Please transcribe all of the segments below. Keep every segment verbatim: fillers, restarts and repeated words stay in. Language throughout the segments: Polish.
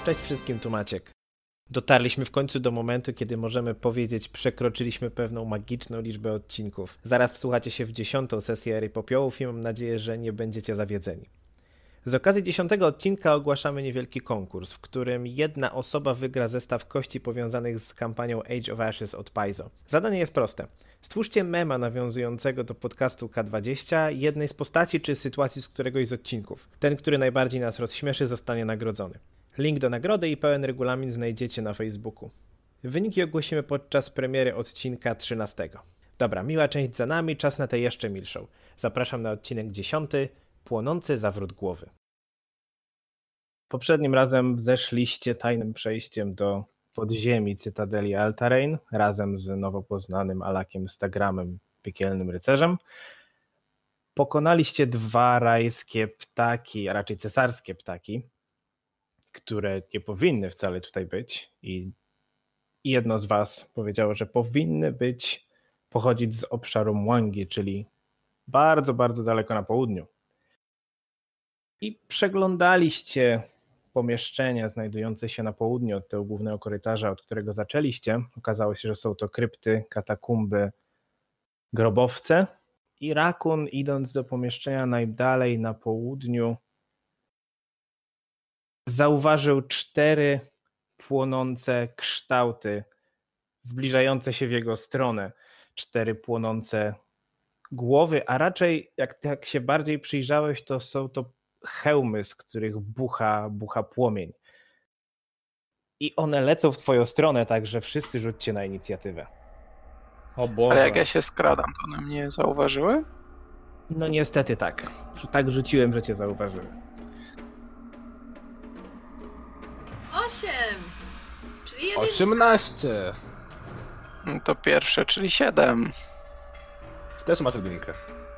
Cześć wszystkim, tu Maciek. Dotarliśmy w końcu do momentu, kiedy możemy powiedzieć, przekroczyliśmy pewną magiczną liczbę odcinków. Zaraz wsłuchacie się w dziesiątą sesję Ery Popiołów i mam nadzieję, że nie będziecie zawiedzeni. Z okazji dziesiątego odcinka ogłaszamy niewielki konkurs, w którym jedna osoba wygra zestaw kości powiązanych z kampanią Age of Ashes od Paizo. Zadanie jest proste. Stwórzcie mema nawiązującego do podcastu K dwadzieścia, jednej z postaci czy sytuacji z któregoś z odcinków. Ten, który najbardziej nas rozśmieszy, zostanie nagrodzony. Link do nagrody i pełen regulamin znajdziecie na Facebooku. Wyniki ogłosimy podczas premiery odcinka trzynastego. Dobra, miła część za nami, czas na tę jeszcze milszą. Zapraszam na odcinek dziesiąty. Płonący zawrót głowy. Poprzednim razem zeszliście tajnym przejściem do podziemi Cytadeli Altarain razem z nowo poznanym Alakiem Stagramem, piekielnym rycerzem. Pokonaliście dwa rajskie ptaki, a raczej cesarskie ptaki, które nie powinny wcale tutaj być i jedno z was powiedziało, że powinny być, pochodzić z obszaru Mwangi, czyli bardzo, bardzo daleko na południu. I przeglądaliście pomieszczenia znajdujące się na południu od tego głównego korytarza, od którego zaczęliście. Okazało się, że są to krypty, katakumby, grobowce. I Rakun, idąc do pomieszczenia najdalej na południu, zauważył cztery płonące kształty zbliżające się w jego stronę. Cztery płonące głowy, a raczej jak, jak się bardziej przyjrzałeś, to są to hełmy, z których bucha, bucha płomień. I one lecą w twoją stronę, także wszyscy rzućcie na inicjatywę. O Boże. Ale jak ja się skradam, to one mnie zauważyły? No niestety tak. Tak rzuciłem, że cię zauważyły. Osiem! Czyli jeden... osiemnaście. No to pierwsze, czyli siedem. Też masz jedynkę.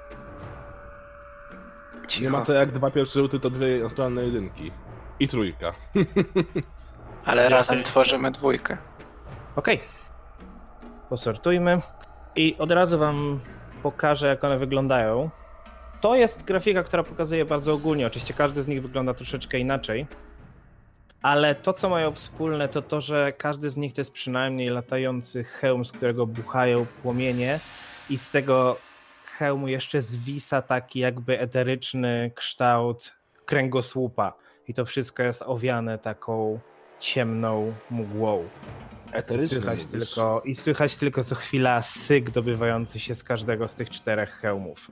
Cicho. Nie ma to jak dwa pierwsze rzuty, to dwie naturalne jedynki. I trójka. Ale Dziękuję. razem tworzymy dwójkę. Okej. Okay. Posortujmy. I od razu wam pokażę, jak one wyglądają. To jest grafika, która pokazuje bardzo ogólnie. Oczywiście każdy z nich wygląda troszeczkę inaczej. Ale to, co mają wspólne, to to, że każdy z nich to jest przynajmniej latający hełm, z którego buchają płomienie i z tego hełmu jeszcze zwisa taki jakby eteryczny kształt kręgosłupa. I to wszystko jest owiane taką ciemną mgłą. Eteryczny. Słychać tylko, I słychać tylko co chwila syk dobywający się z każdego z tych czterech hełmów.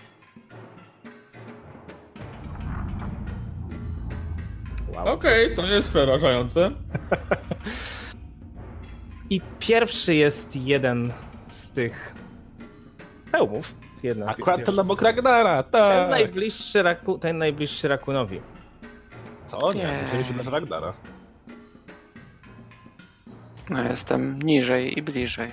Wow, Okej, okay, to nie jest przerażające. I pierwszy jest jeden z tych hełmów. Jedna Akurat ten obok Ragnara, tak. Ten najbliższy, raku, ten najbliższy Rakunowi. Co? Nie, musieli się dać Ragnara. No jestem niżej i bliżej.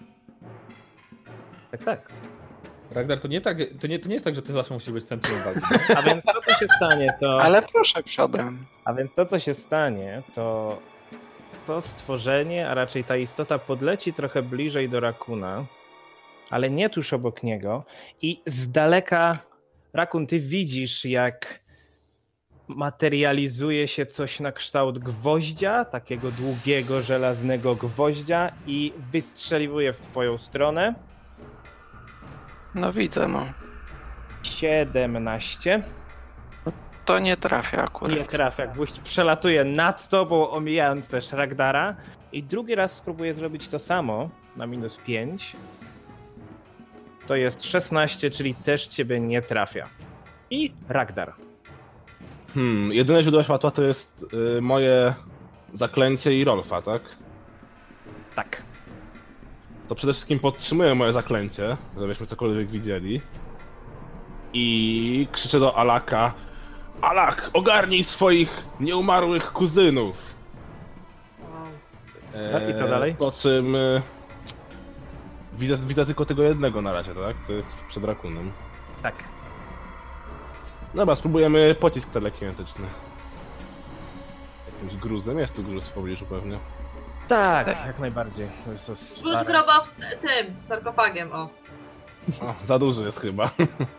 Tak, tak. Ragnar, to nie, tak, to, nie, to nie jest tak, że ty zawsze musisz być centrum uwagi. A więc to, co się stanie, to... Ale proszę przodem. A więc to, co się stanie, to to stworzenie, a raczej ta istota podleci trochę bliżej do Rakuna, ale nie tuż obok niego i z daleka, Rakun, ty widzisz, jak materializuje się coś na kształt gwoździa, takiego długiego, żelaznego gwoździa i wystrzeliwuje w twoją stronę. No widzę, no. siedemnaście. To nie trafia akurat. Nie trafia, gwóźdź przelatuje nad tobą, omijając też Ragdara. I drugi raz spróbuję zrobić to samo, na minus pięć. To jest szesnaście, czyli też ciebie nie trafia. I Ragdar. Hmm, jedyne źródło światła to jest y, moje zaklęcie i Rolfa, tak? Tak. To przede wszystkim podtrzymuję moje zaklęcie, żebyśmy cokolwiek widzieli. I krzyczę do Alaka: Alak, ogarnij swoich nieumarłych kuzynów! No i co dalej? Po czym y, widzę, widzę tylko tego jednego na razie, tak? Co jest przed Rakunem. Tak. Dobra, spróbujemy pocisk telekinetyczny. Jakimś gruzem? Jest tu gruz w pobliżu pewnie. Tak, jak najbardziej. To jest to Plus stare. grobowcem, tym, sarkofagiem, o. O, za duży jest chyba.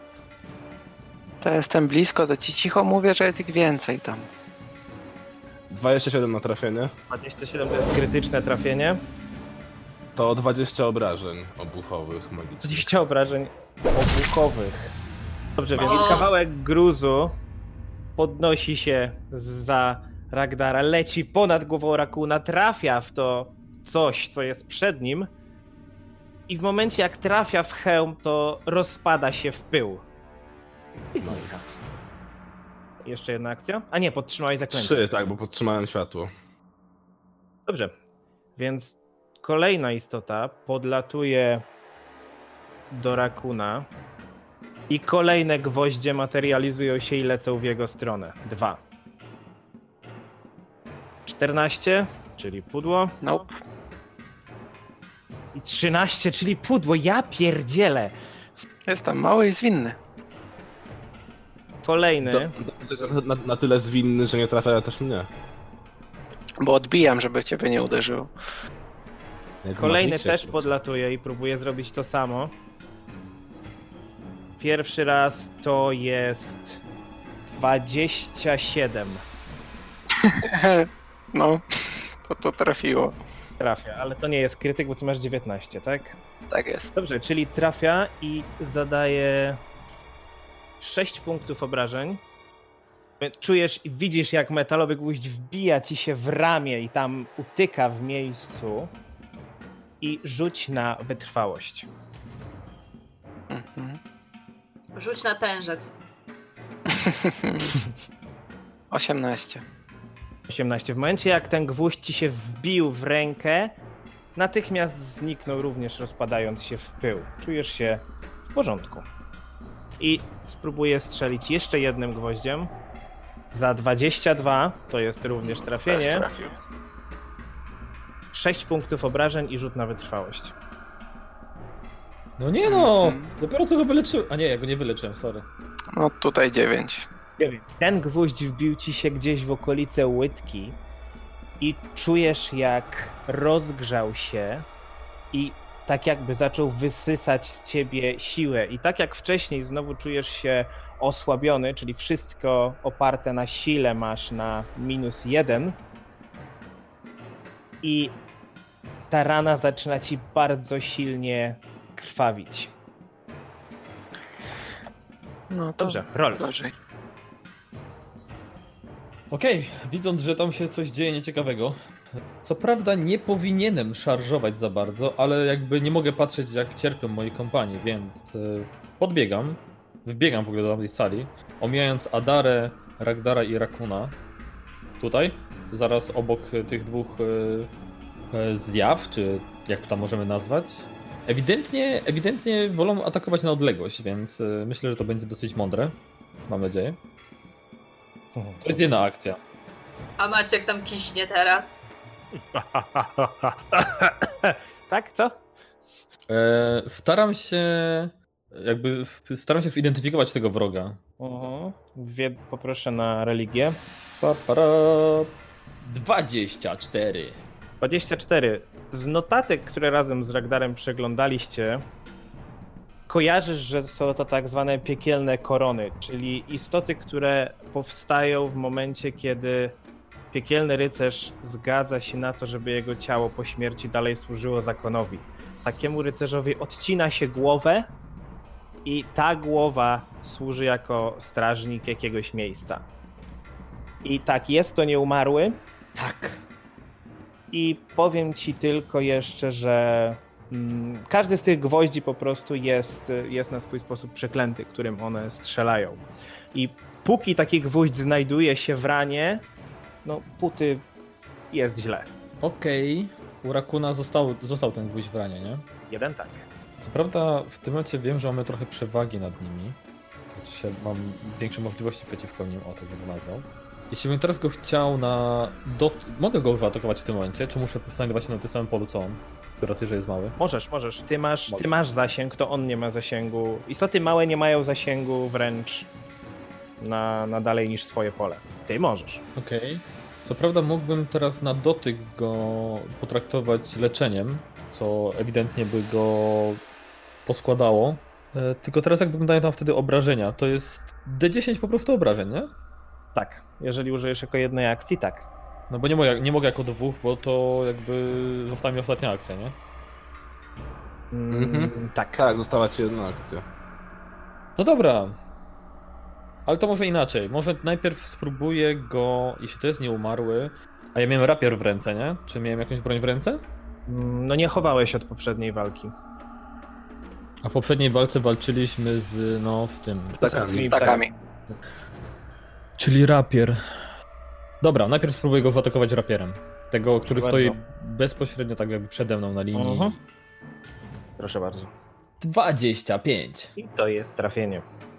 To jestem blisko, to ci cicho mówię, że jest ich więcej tam. dwadzieścia siedem na trafienie. dwadzieścia siedem to jest krytyczne trafienie. To dwadzieścia obrażeń obuchowych magicznych. dwadzieścia obrażeń obuchowych. Dobrze, więc O! kawałek gruzu podnosi się za Ragdara, leci ponad głową Rakuna, trafia w to coś, co jest przed nim i w momencie jak trafia w hełm, to rozpada się w pył. I znika. Nice. Jeszcze jedna akcja? A nie, podtrzymałeś zaklęcie. Trzy, tak, bo podtrzymałem światło. Dobrze, więc kolejna istota podlatuje do Rakuna i kolejne gwoździe materializują się i lecą w jego stronę. Dwa. czternaście, czyli pudło. Nope. I trzynaście, czyli pudło. Ja pierdzielę. Jestem mały i zwinny. Kolejny. Do, do, jest na, na tyle zwinny, że nie trafia też mnie. Bo odbijam, żeby ciebie nie uderzył. Jak w Kolejny Matrixie, też kurczę. podlatuje i próbuje zrobić to samo. Pierwszy raz to jest dwadzieścia siedem. No, to to trafiło. Trafia, ale to nie jest krytyk, bo ty masz dziewiętnaście, tak? Tak jest. Dobrze, czyli trafia i zadaje sześć punktów obrażeń. Czujesz i widzisz, jak metalowy gwóźdź wbija ci się w ramię i tam utyka w miejscu. I rzuć na wytrwałość. Mhm. Rzuć na tężec. osiemnaście. osiemnaście. W momencie, jak ten gwóźdź ci się wbił w rękę, natychmiast zniknął, również rozpadając się w pył. Czujesz się w porządku. I spróbuję strzelić jeszcze jednym gwoździem. Za dwadzieścia dwa, to jest również Też trafienie. trafił. sześć punktów obrażeń i rzut na wytrwałość. No nie no! Mhm. Dopiero co go wyleczyłem. A nie, ja go nie wyleczyłem, sorry. No tutaj dziewięć. Ten gwóźdź wbił ci się gdzieś w okolice łydki i czujesz, jak rozgrzał się i tak jakby zaczął wysysać z ciebie siłę. I tak jak wcześniej znowu czujesz się osłabiony, czyli wszystko oparte na sile masz na minus jeden i ta rana zaczyna ci bardzo silnie krwawić. No to Dobrze, Rolf. gorzej. Okej, widząc, że tam się coś dzieje nieciekawego. Co prawda nie powinienem szarżować za bardzo, ale jakby nie mogę patrzeć, jak cierpią moi kompanie, więc y, podbiegam, wbiegam w ogóle do tej sali, omijając Adarę, Ragdara i Rakuna. Tutaj, zaraz obok tych dwóch y, y, zjaw, czy jak to tam możemy nazwać. Ewidentnie, ewidentnie wolą atakować na odległość, więc y, myślę, że to będzie dosyć mądre. Mam nadzieję. To jest jedna akcja. A Maciek tam kiśnie teraz. Tak, co? E, staram się jakby w, staram się zidentyfikować tego wroga. Uh-huh. Dwie poproszę na religię. Pa, para, dwadzieścia cztery. dwadzieścia cztery. Z notatek, które razem z Ragdarem przeglądaliście, kojarzysz, że są to tak zwane piekielne korony, czyli istoty, które powstają w momencie, kiedy piekielny rycerz zgadza się na to, żeby jego ciało po śmierci dalej służyło zakonowi. Takiemu rycerzowi odcina się głowę i ta głowa służy jako strażnik jakiegoś miejsca. I tak, jest to nieumarły. Tak. I powiem ci tylko jeszcze, że mm, każdy z tych gwoździ po prostu jest, jest na swój sposób przeklęty, którym one strzelają. I póki taki gwóźdź znajduje się w ranie, no póty jest źle. Okej. U Rakuna został, został ten gwóźdź w ranie, nie? Jeden tak. Co prawda w tym momencie wiem, że mamy trochę przewagi nad nimi. Znaczy się, mam większe możliwości przeciwko nim, o tak bym to nazwał. Jeśli bym teraz go chciał na... Dot... Mogę go zaatakować w tym momencie, czy muszę znajdować się na tym samym polu co on? Raczej, że jest mały. Możesz, możesz. Ty masz, Mogę. ty masz zasięg, to on nie ma zasięgu. Istoty małe nie mają zasięgu wręcz na, na dalej niż swoje pole. Ty możesz. Okej. Co prawda mógłbym teraz na dotyk go potraktować leczeniem, co ewidentnie by go poskładało. E, tylko teraz jakbym daję tam wtedy obrażenia, to jest D dziesięć po prostu obrażeń, nie? Tak. Jeżeli użyjesz jako jednej akcji, tak. No bo nie mogę, nie mogę jako dwóch, bo to jakby została mi ostatnia akcja, nie? Mm, Mhm. Tak. Tak, została ci jedna akcja. No dobra. Ale to może inaczej. Może najpierw spróbuję go, jeśli to jest nieumarły, a ja miałem rapier w ręce, nie? Czy miałem jakąś broń w ręce? Mm, No nie chowałeś od poprzedniej walki. A w poprzedniej walce walczyliśmy z, no, w tym... Ptakami. Z tymi Ptakami. Czyli rapier. Dobra, najpierw spróbuję go zaatakować rapierem. Tego, który Bardzo. stoi bezpośrednio tak jakby przede mną na linii. Mhm. Proszę bardzo. dwadzieścia pięć. I to jest trafienie.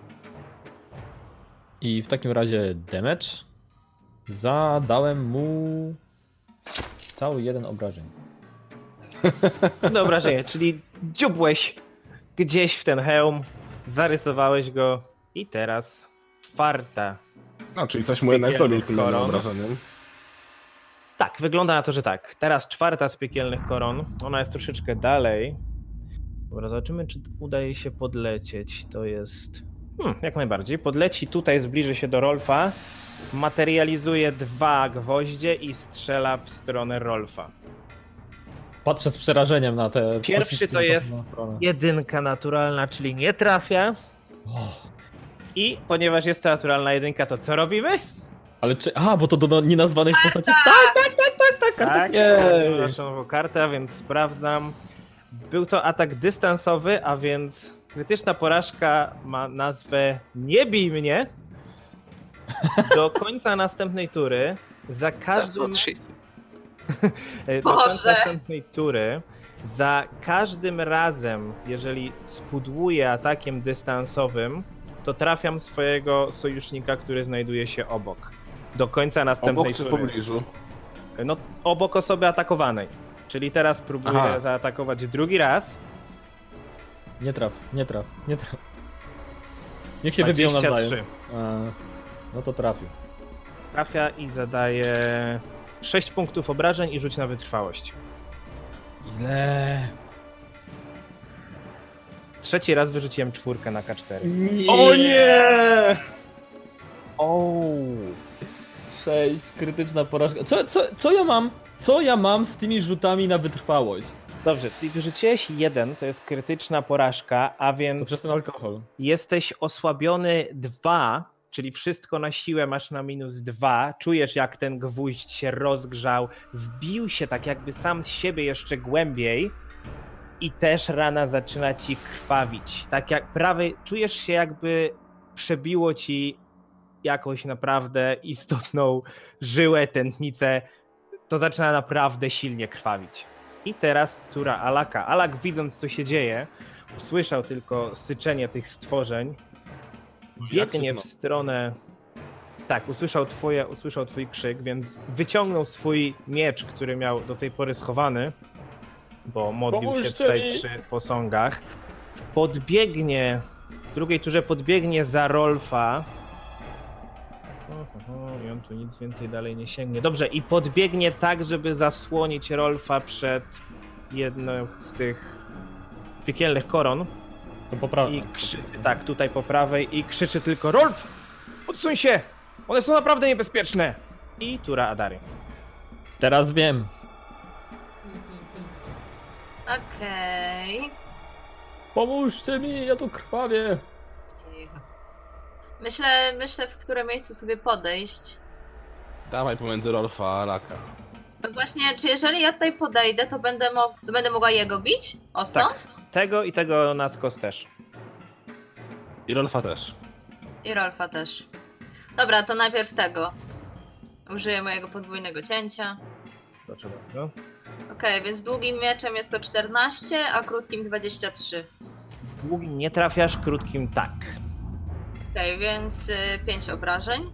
I w takim razie damage. Zadałem mu cały jeden obrażeń. Dobra, że czyli dziubłeś gdzieś w ten hełm, zarysowałeś go i teraz czwarta. No, czyli coś mu jednak Piekielnych zrobił tym koron. obrażeniem. Tak, wygląda na to, że tak. Teraz czwarta z piekielnych koron. Ona jest troszeczkę dalej. Dobra, zobaczymy, czy udaje się podlecieć. To jest... Hmm, jak najbardziej. Podleci tutaj, zbliży się do Rolfa, materializuje dwa gwoździe i strzela w stronę Rolfa. Patrzę z przerażeniem na te... Pierwszy to jest jedynka naturalna, czyli nie trafia. Oh. I ponieważ jest to naturalna jedynka, to co robimy? Ale czy... A, bo to do nienazwanych postaci... Tak, tak, tak, tak, tak. Tak, Jej. naszą nową kartę, więc sprawdzam. Był to atak dystansowy, a więc krytyczna porażka ma nazwę Nie bij mnie. Do końca następnej tury za That's każdym... what she... Do końca Boże. następnej tury za każdym razem, jeżeli spudłuję atakiem dystansowym, to trafiam swojego sojusznika, który znajduje się obok. Do końca następnej Obok czy w tury. pobliżu? No, obok osoby atakowanej. Czyli teraz próbuję Aha. zaatakować drugi raz. Nie traf, nie traf, nie traf. Niech się wybiją dwadzieścia trzy. nawzajem. A, no to trafił. Trafia i zadaje sześć punktów obrażeń i rzuć na wytrwałość. Ile? Trzeci raz wyrzuciłem czwórkę na K cztery. Nie. O nie! O! sześć, krytyczna porażka. Co, co, co ja mam? Co ja mam z tymi rzutami na wytrwałość? Dobrze, czyli wyrzuciłeś jeden, to jest krytyczna porażka, a To więc przez ten alkohol. jesteś osłabiony dwa, czyli wszystko na siłę masz na minus dwa. Czujesz, jak ten gwóźdź się rozgrzał, wbił się tak jakby sam z siebie jeszcze głębiej i też rana zaczyna ci krwawić. Tak jak prawie czujesz się, jakby przebiło ci jakąś naprawdę istotną żyłę, tętnicę. To zaczyna naprawdę silnie krwawić. I teraz tura Alaka. Alak, widząc, co się dzieje, usłyszał tylko syczenie tych stworzeń, biegnie w stronę... Tak, usłyszał, twoje, usłyszał twój krzyk, więc wyciągnął swój miecz, który miał do tej pory schowany, bo modlił się Pomóżcie tutaj mi! przy posągach. Podbiegnie, w drugiej turze podbiegnie za Rolfa. Oho, i on tu nic więcej dalej nie sięgnie. Dobrze, i podbiegnie tak, żeby zasłonić Rolfa przed jedną z tych piekielnych koron. To poprawne. I krzyczy, tak, tutaj po prawej, i krzyczy tylko: Rolf! Odsuń się! One są naprawdę niebezpieczne! I tura Adary. Teraz wiem. Okej. Pomóżcie mi, ja tu krwawię. Myślę, myślę, w które miejscu sobie podejść. Dawaj pomiędzy Rolfa a Alaka. No właśnie, czy jeżeli ja tutaj podejdę, to będę, mog- to będę mogła jego bić? O stąd? Tego i tego na skos też. I Rolfa też. I Rolfa też. Dobra, to najpierw tego. Użyję mojego podwójnego cięcia. Proszę bardzo. Okej, więc długim mieczem jest to czternaście, a krótkim dwadzieścia trzy. Długim nie trafiasz, krótkim tak. Okej, więc y, pięć obrażeń.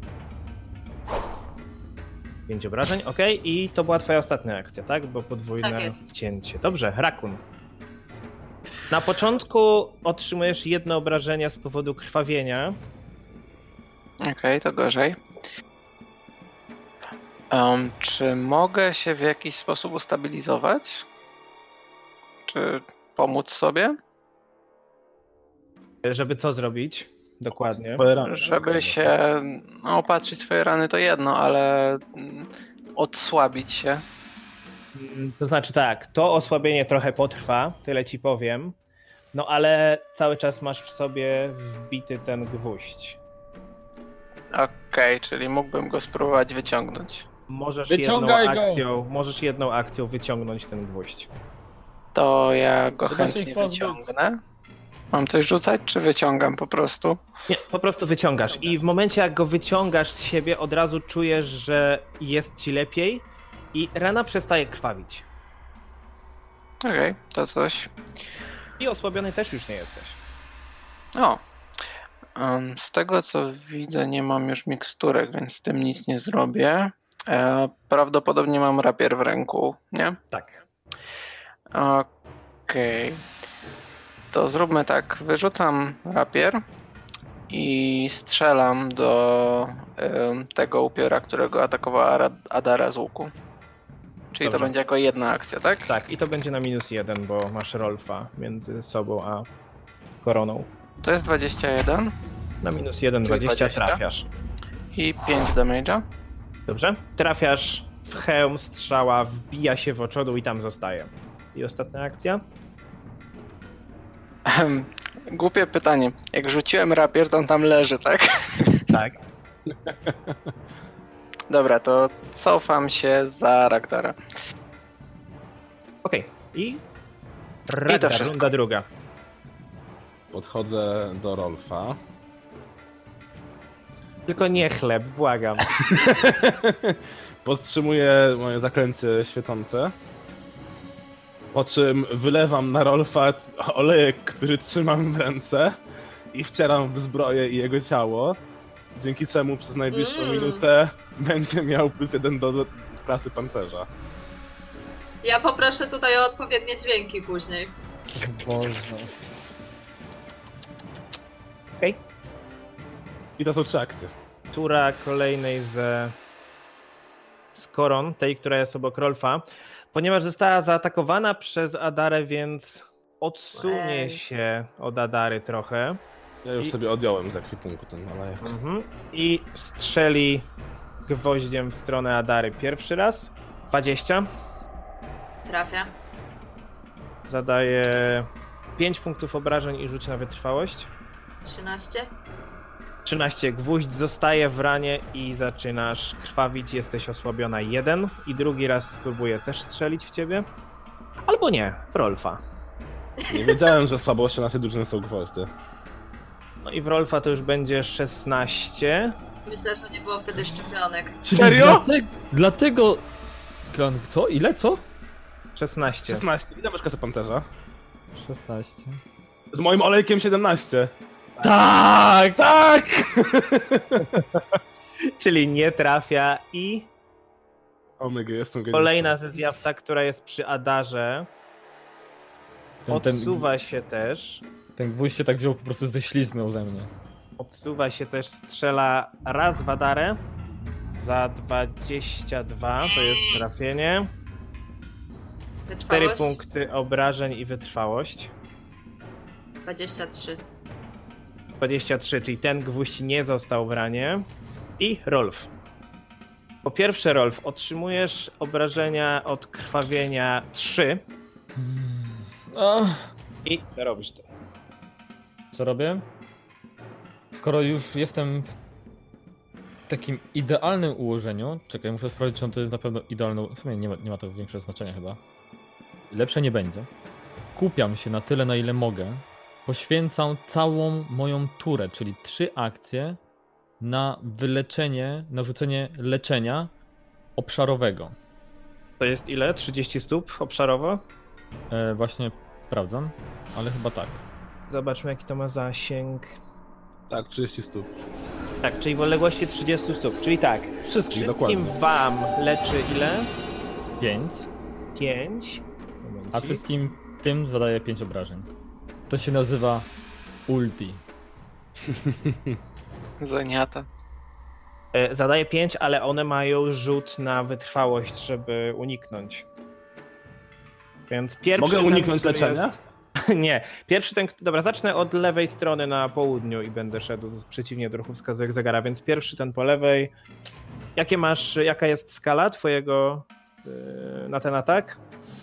Pięć obrażeń, ok. I to była twoja ostatnia akcja, tak? Bo podwójne Tak jest. cięcie. Dobrze, Rakun. Na początku otrzymujesz jedno obrażenie z powodu krwawienia. Okej, okay, to gorzej. Um, czy mogę się w jakiś sposób ustabilizować? Czy pomóc sobie? Żeby co zrobić? Dokładnie. Swoje rany. Żeby się no, opatrzyć swoje rany to jedno, ale mm, odsłabić się? To znaczy tak, to osłabienie trochę potrwa, tyle ci powiem, no ale cały czas masz w sobie wbity ten gwóźdź. Okej, okay, czyli mógłbym go spróbować wyciągnąć. Możesz jedną Wyciągaj go! akcją, możesz jedną akcją wyciągnąć ten gwóźdź. To ja go Trzeba się chętnie ich pozbyć. wyciągnę. Mam coś rzucać, czy wyciągam po prostu? Nie, po prostu wyciągasz i w momencie jak go wyciągasz z siebie od razu czujesz, że jest ci lepiej i rana przestaje krwawić. Okej, okay, to coś. I osłabiony też już nie jesteś. O, um, z tego co widzę nie mam już miksturek, więc z tym nic nie zrobię. E, prawdopodobnie mam rapier w ręku, nie? Tak. Okej. Okay. To zróbmy tak, wyrzucam rapier i strzelam do y, tego upiora, którego atakowała Adara z łuku. Czyli Dobrze. to będzie jako jedna akcja, tak? Tak, i to będzie na minus jeden, bo masz Rolfa między sobą a koroną. To jest dwadzieścia jeden. Na minus jeden, Czyli dwadzieścia dwadzieścia. trafiasz. I pięć damage'a. Dobrze? Trafiasz w hełm, strzała wbija się w oczodół i tam zostaje. I ostatnia akcja? Ehm, Głupie pytanie. Jak rzuciłem rapier, to on tam leży, tak? Tak. Dobra, to cofam się za Ragdara. Okej. Okay. I... Ragnar, wszystko. runda druga. Podchodzę do Rolfa. Tylko nie chleb, błagam. Podtrzymuję moje zaklęcie świecące. Po czym wylewam na Rolfa olejek, który trzymam w ręce i wcieram w zbroję i jego ciało, dzięki czemu przez najbliższą Mm. minutę będzie miał plus jeden do klasy pancerza. Ja poproszę tutaj o odpowiednie dźwięki później. Boże. Okej. Okay. I to są trzy akcje. Tura kolejnej z... z koron, tej, która jest obok Rolfa. Ponieważ została zaatakowana przez Adarę, więc odsunie Ej. się od Adary trochę. Ja już I- sobie odjąłem z ekwipunku ten olejek. Mhm. I strzeli gwoździem w stronę Adary pierwszy raz. dwadzieścia. Trafia. Zadaje pięć punktów obrażeń i rzuć na wytrwałość. trzynaście. trzynaście. Gwóźdź zostaje w ranie i zaczynasz krwawić. Jesteś osłabiona jeden. I drugi raz spróbuję też strzelić w ciebie. Albo nie, w Rolfa. Nie wiedziałem, że słabością naszej drużyny są gwoździe. No i w Rolfa to już będzie szesnaście. Myślę, że nie było wtedy szczepionek. Serio? Dlatego... dlatego... Klan- Co? Ile? Co? szesnaście. szesnaście. Ile masz kasy pancerza? szesnaście. Z moim olejkiem siedemnaście. Tak! Tak! Czyli nie trafia i Omega, jestem geniuszem. kolejna ze zjaw, ta, która jest przy Adarze, Ten, ten, odsuwa się też. ten gwóźdź się tak wziął, po prostu ześliznął ze mnie. Odsuwa się też, strzela raz w Adarę za dwadzieścia dwa, to jest trafienie. cztery Wytrwałość? punkty obrażeń i wytrwałość. dwadzieścia trzy. dwadzieścia trzy, czyli ten gwóźdź nie został w ranie. I Rolf. Po pierwsze, Rolf, otrzymujesz obrażenia od krwawienia trzy Ach, i robisz to. co robię? Skoro już jestem w takim idealnym ułożeniu, czekaj, muszę sprawdzić, czy on to jest na pewno idealne. W sumie nie ma, nie ma to większego znaczenia chyba. Lepsze nie będzie. Kupiam się na tyle, na ile mogę. Poświęcam całą moją turę, czyli trzy akcje na wyleczenie, na rzucenie leczenia obszarowego. To jest ile? trzydzieści stóp obszarowo? E, właśnie sprawdzam, ale chyba tak. Zobaczmy, jaki to ma zasięg. Tak, trzydzieści stóp. Tak, czyli w odległości trzydzieści stóp, czyli tak. Wszystkich, Wszystkim dokładnie. wam leczy ile? pięć, pięć. a wszystkim tym zadaję pięć obrażeń. To się nazywa ulti. Zaniata. E, Zadaje pięć, ale one mają rzut na wytrwałość, żeby uniknąć. Więc pierwszy. Mogę ten, uniknąć który leczenia? Jest... Nie. Pierwszy ten. Dobra, zacznę od lewej strony na południu i będę szedł przeciwnie do ruchu wskazówek zegara, więc pierwszy ten po lewej. Jakie masz, jaka jest skala twojego yy, na ten atak?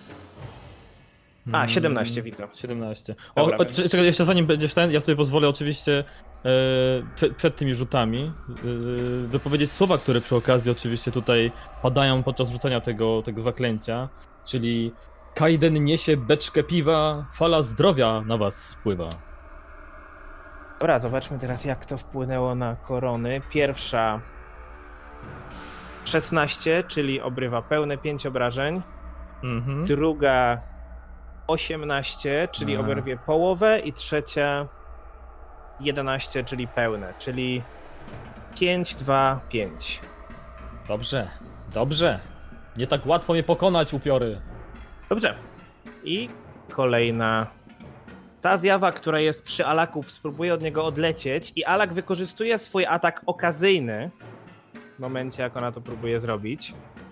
A, siedemnaście widzę. siedemnaście. O, Dobra, o, czekaj, jeszcze zanim będziesz ten, ja sobie pozwolę oczywiście e, przed, przed tymi rzutami e, wypowiedzieć słowa, które przy okazji oczywiście tutaj padają podczas rzucenia tego, tego zaklęcia, czyli Kaiden niesie beczkę piwa, fala zdrowia na was spływa. Dobra, zobaczmy teraz, jak to wpłynęło na korony. Pierwsza szesnaście, czyli obrywa pełne pięć obrażeń. Mhm. Druga osiemnaście, czyli A. oberwie połowę. I trzecia jedenaście, czyli pełne, czyli pięć, dwa, pięć. Dobrze, dobrze. Nie tak łatwo mnie pokonać, upiory. Dobrze. I kolejna. Ta zjawa, która jest przy Alaku, spróbuje od niego odlecieć i Alak wykorzystuje swój atak okazyjny w momencie, jak ona to próbuje zrobić.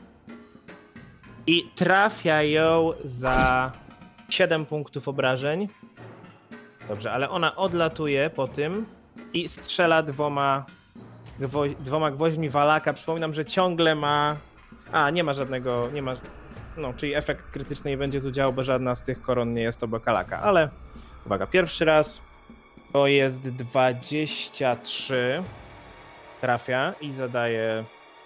I trafia ją za siedem punktów obrażeń. Dobrze, ale ona odlatuje po tym i strzela dwoma, gwo, dwoma gwoźdźmi w Alaka. Przypominam, że ciągle ma... A, nie ma żadnego... nie ma. No, czyli efekt krytyczny nie będzie tu działał, bo żadna z tych koron nie jest obok Alaka, ale... Uwaga, pierwszy raz to jest dwadzieścia trzy, trafia i zadaje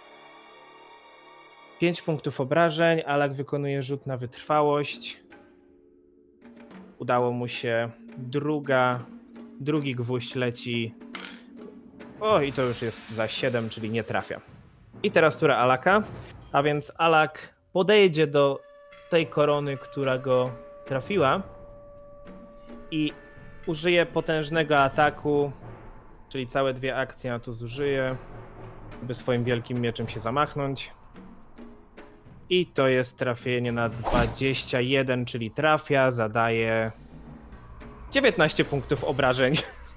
pięć punktów obrażeń. Alak wykonuje rzut na wytrwałość. Udało mu się. Druga, drugi gwóźdź leci. O, i to już jest za siedem, czyli nie trafia. I teraz tura Alaka, a więc Alak podejdzie do tej korony, która go trafiła. I użyje potężnego ataku, czyli całe dwie akcje na to zużyje, by swoim wielkim mieczem się zamachnąć. I to jest trafienie na dwadzieścia jeden, czyli trafia, zadaje dziewiętnaście punktów obrażeń.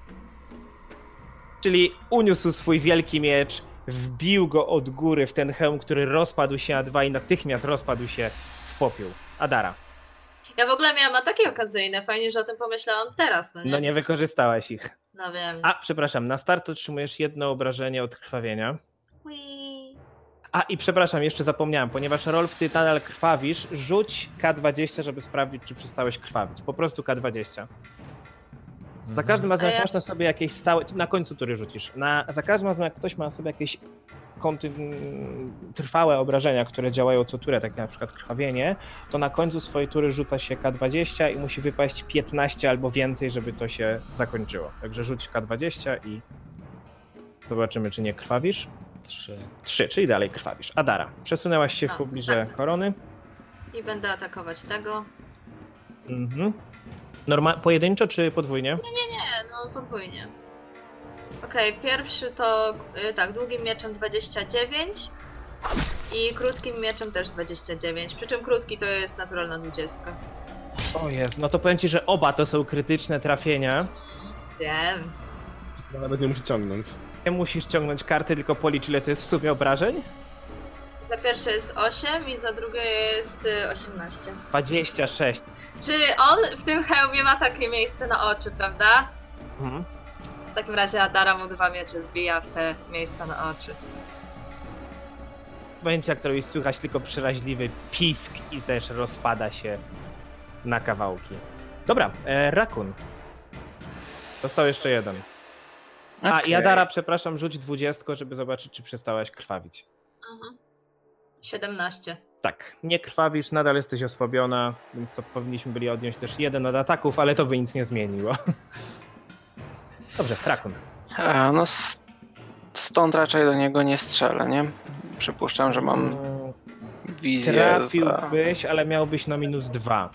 Czyli uniósł swój wielki miecz, wbił go od góry w ten hełm, który rozpadł się na dwa i natychmiast rozpadł się w popiół. Adara. Ja w ogóle miałam ataki okazyjne, fajnie, że o tym pomyślałam teraz, no nie? No nie wykorzystałaś ich. No wiem. A, przepraszam, na start otrzymujesz jedno obrażenie od krwawienia. Ui. A, i przepraszam, jeszcze zapomniałem, ponieważ Rolf, ty nadal krwawisz, rzuć K dwadzieścia, żeby sprawdzić, czy przestałeś krwawić. Po prostu K dwadzieścia. Za każdym razem, jak A ja- masz na sobie jakieś stałe... Na końcu tury rzucisz. Na... Za każdym razem, jak ktoś ma na sobie jakieś konty... trwałe obrażenia, które działają co turę, takie na przykład krwawienie, to na końcu swojej tury rzuca się K dwadzieścia i musi wypaść piętnaście albo więcej, żeby to się zakończyło. Także rzuć K dwadzieścia i zobaczymy, czy nie krwawisz. Trzy. trzy, czyli dalej krwawisz. Adara, przesunęłaś się w A, pobliże tak. korony. I będę atakować tego. Mhm. Norma- pojedynczo czy podwójnie? Nie, no podwójnie. Okej, pierwszy to y, tak, długim mieczem dwadzieścia dziewięć i krótkim mieczem też dwadzieścia dziewięć, przy czym krótki to jest naturalna dwudziestka. O jest, no to powiem ci, że oba to są krytyczne trafienia. Wiem. Ja nawet nie musi ciągnąć. Nie musisz ciągnąć karty, tylko policz, ile to jest w sumie obrażeń. Za pierwsze jest osiem i za drugie jest y, osiemnaście. dwadzieścia sześć. Czy on w tym hełmie ma takie miejsce na oczy, prawda? Mhm. W takim razie Adara mu dwa miecze zbija w te miejsca na oczy. W momencie, jak to robisz, słychać tylko przeraźliwy pisk i też rozpada się na kawałki. Dobra, e, Rakun. Został jeszcze jeden. A, i Okej. Adara, przepraszam, rzuć dwudziestko, żeby zobaczyć, czy przestałaś krwawić. Mhm. siedemnaście. Tak, nie krwawisz, nadal jesteś osłabiona, więc co powinniśmy byli odjąć też jeden od ataków, ale to by nic nie zmieniło. Dobrze, Rakun. A, no s- stąd raczej do niego nie strzelę, nie? Przypuszczam, że mam Mm, wizję za... Trafiłbyś, ale miałbyś na minus dwa.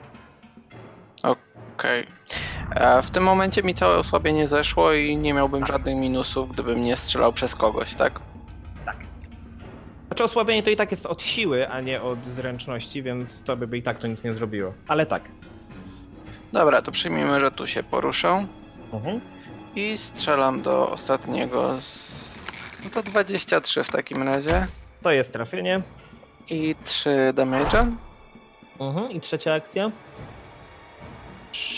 Okej. E, W tym momencie mi całe osłabienie zeszło i nie miałbym żadnych minusów, gdybym nie strzelał przez kogoś, tak? Znaczy osłabienie to i tak jest od siły, a nie od zręczności, więc to by i tak to nic nie zrobiło. Ale tak. Dobra, to przyjmijmy, że tu się poruszę Mhm. i strzelam do ostatniego. z- No to dwadzieścia trzy w takim razie. To jest trafienie. I trzy damage'a. Mhm. I trzecia akcja.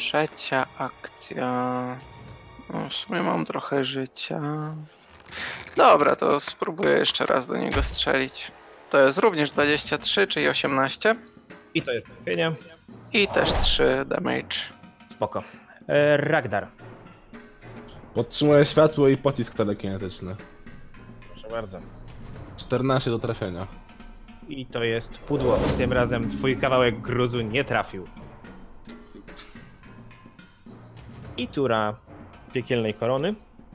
Trzecia akcja. No, w sumie mam trochę życia. Dobra, to spróbuję jeszcze raz do niego strzelić. To jest również dwadzieścia trzy, czyli osiemnaście. I to jest trafienie. I też trzy damage. Spoko. E, Ragdar. Podtrzymuję światło i pocisk telekinetyczny. Proszę bardzo. czternaście do trafienia. I to jest pudło. Tym razem twój kawałek gruzu nie trafił. I tura piekielnej korony,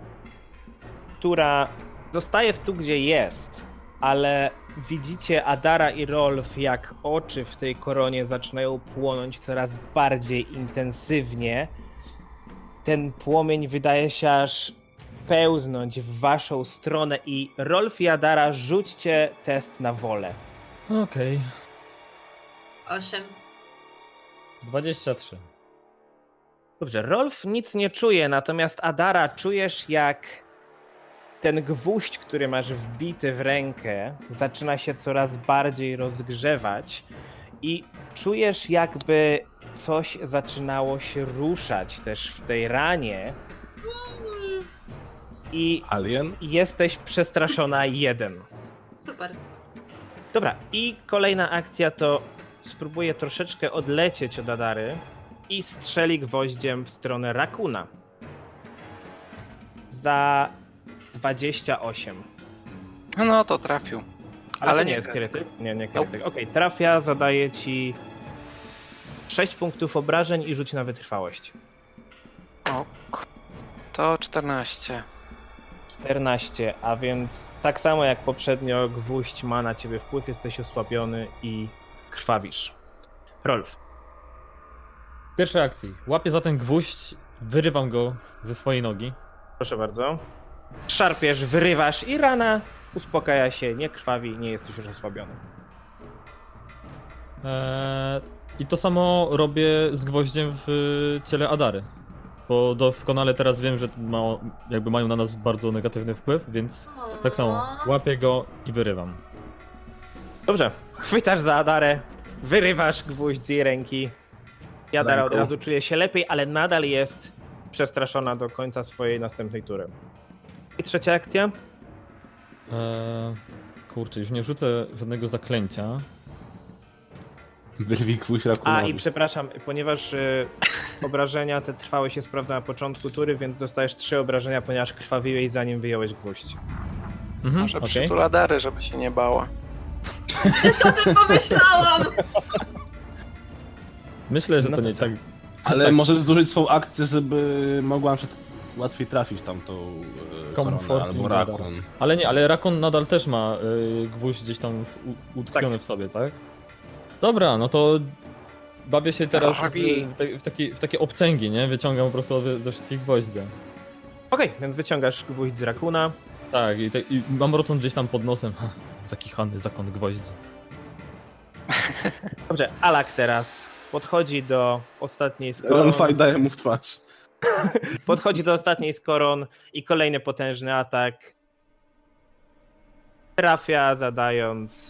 która zostaje w tu, gdzie jest, ale widzicie Adara i Rolf, jak oczy w tej koronie zaczynają płonąć coraz bardziej intensywnie. Ten płomień wydaje się aż pełznąć w waszą stronę i Rolf i Adara, rzućcie test na wolę. Okej. osiem. dwadzieścia trzy. Dobrze, Rolf nic nie czuje, natomiast Adara, czujesz jak ten gwóźdź, który masz wbity w rękę, zaczyna się coraz bardziej rozgrzewać i czujesz jakby coś zaczynało się ruszać też w tej ranie i Alien? jesteś przestraszona jeden. Super. Dobra, i kolejna akcja to spróbuję troszeczkę odlecieć od Adary i strzeli gwoździem w stronę Rakuna. Za dwadzieścia osiem. No to trafił. Ale, Ale to nie nie jest krytyk. krytyk? Nie, nie krytyk. Okej, trafia, zadaje ci sześć punktów obrażeń i rzuć na wytrwałość. Ok. To czternaście. czternaście, a więc tak samo jak poprzednio gwóźdź ma na ciebie wpływ, jesteś osłabiony i krwawisz. Rolf. W pierwszej akcji łapię za ten gwóźdź, wyrywam go ze swojej nogi. Proszę bardzo. Szarpiesz, wyrywasz i rana uspokaja się, nie krwawi, nie jesteś już osłabiony. Eee, I to samo robię z gwoździem w ciele Adary. Bo doskonale teraz wiem, że ma, jakby mają na nas bardzo negatywny wpływ, więc tak samo łapię go i wyrywam. Dobrze, chwytasz za Adarę, wyrywasz gwóźdź z jej ręki. I Adara od Ręką. razu czuje się lepiej, ale nadal jest przestraszona do końca swojej następnej tury. I trzecia akcja? Eee, kurczę, już nie rzucę żadnego zaklęcia. Wyrwij gwóźdź Rakunowi. A i przepraszam, ponieważ y, obrażenia te trwały się sprawdza na początku tury, więc dostajesz trzy obrażenia, ponieważ krwawiłeś zanim wyjąłeś gwóźdź. Mhm, Może okej. przytula Dary, żeby się nie bała. Też o tym pomyślałam! Myślę, że No to to nie co? tak. Ale tak. możesz zużyć swą akcję, żeby mogła na przykład łatwiej trafić tamtą e, koronę Comforting albo Radar. Rakun. Ale nie, ale Rakon nadal też ma y, gwóźdź gdzieś tam w, u, utkwiony Tak. w sobie, tak? Dobra, no to bawię się teraz w, Robi. w, te, w, taki, w takie obcęgi, nie? Wyciągam po prostu od- do wszystkich gwoździa. Okej, więc wyciągasz gwóźdź z Rakuna. Tak, i, te, i mam rotund gdzieś tam pod nosem. Ha, zakichany zakon gwoździ. Dobrze, Alak teraz podchodzi do ostatniej z koron. Rolfaj daje mu w twarz. Podchodzi do ostatniej z koron i kolejny potężny atak. Trafia, zadając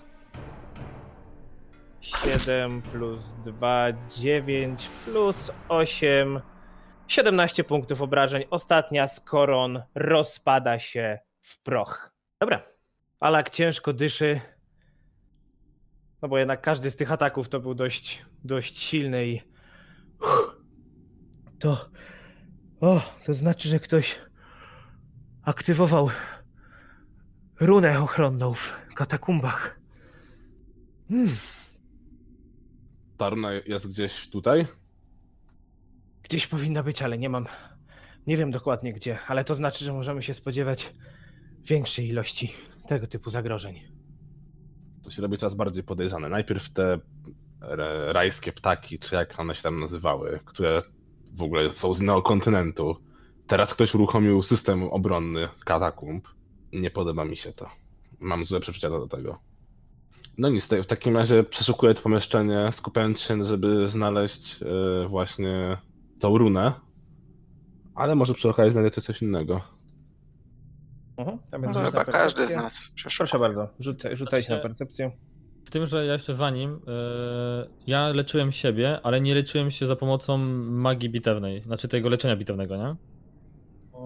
siedem plus dwa, dziewięć plus osiem, siedemnaście punktów obrażeń. Ostatnia z koron rozpada się w proch. Dobra, Alak ciężko dyszy. No bo jednak każdy z tych ataków to był dość, dość silny i... Uff, to... O, to znaczy, że ktoś aktywował runę ochronną w katakumbach. Hmm. Ta runa jest gdzieś tutaj? Gdzieś powinna być, ale nie mam... Nie wiem dokładnie gdzie, ale to znaczy, że możemy się spodziewać większej ilości tego typu zagrożeń. To się robi coraz bardziej podejrzane. Najpierw te e, rajskie ptaki, czy jak one się tam nazywały, które w ogóle są z innego kontynentu. Teraz ktoś uruchomił system obronny katakumb. Nie podoba mi się to. Mam złe przeczucia do tego. No nic, w takim razie przeszukuję to pomieszczenie, skupiając się, żeby znaleźć e, właśnie tą runę. Ale może przy okazji znajdę coś innego. Mhm. A No, więc rzuć chyba na każdy z percepcję. nas przeszło. Proszę bardzo, rzucaj, rzucajcie na percepcję. Z tym, że ja jeszcze zanim, yy, ja leczyłem siebie, ale nie leczyłem się za pomocą magii bitewnej, znaczy tego leczenia bitewnego, nie? Mm,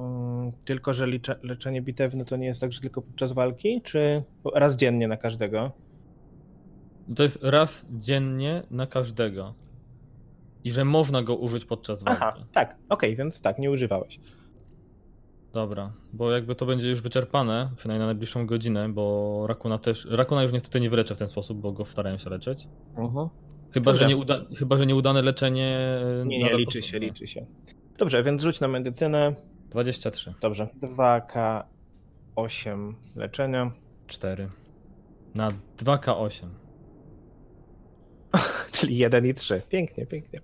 Mm, tylko, że licza, leczenie bitewne to nie jest tak, że tylko podczas walki, czy raz dziennie na każdego? To jest raz dziennie na każdego. I że można go użyć podczas walki. Aha, tak, okej, więc tak, nie używałeś. Dobra, bo jakby to będzie już wyczerpane, przynajmniej na najbliższą godzinę, bo Rakuna też. Rakuna już niestety nie wyleczę w ten sposób, bo go starałem się leczyć. Uh-huh. Chyba, Dobrze. że nieuda... Chyba, że nieudane leczenie. Nie, nie, nadal liczy się, potrzebne. liczy się. Dobrze, więc rzuć na medycynę. dwadzieścia trzy. Dobrze, dwa K osiem leczenia. cztery. Na dwa K osiem. Czyli jeden i trzy. Pięknie, pięknie.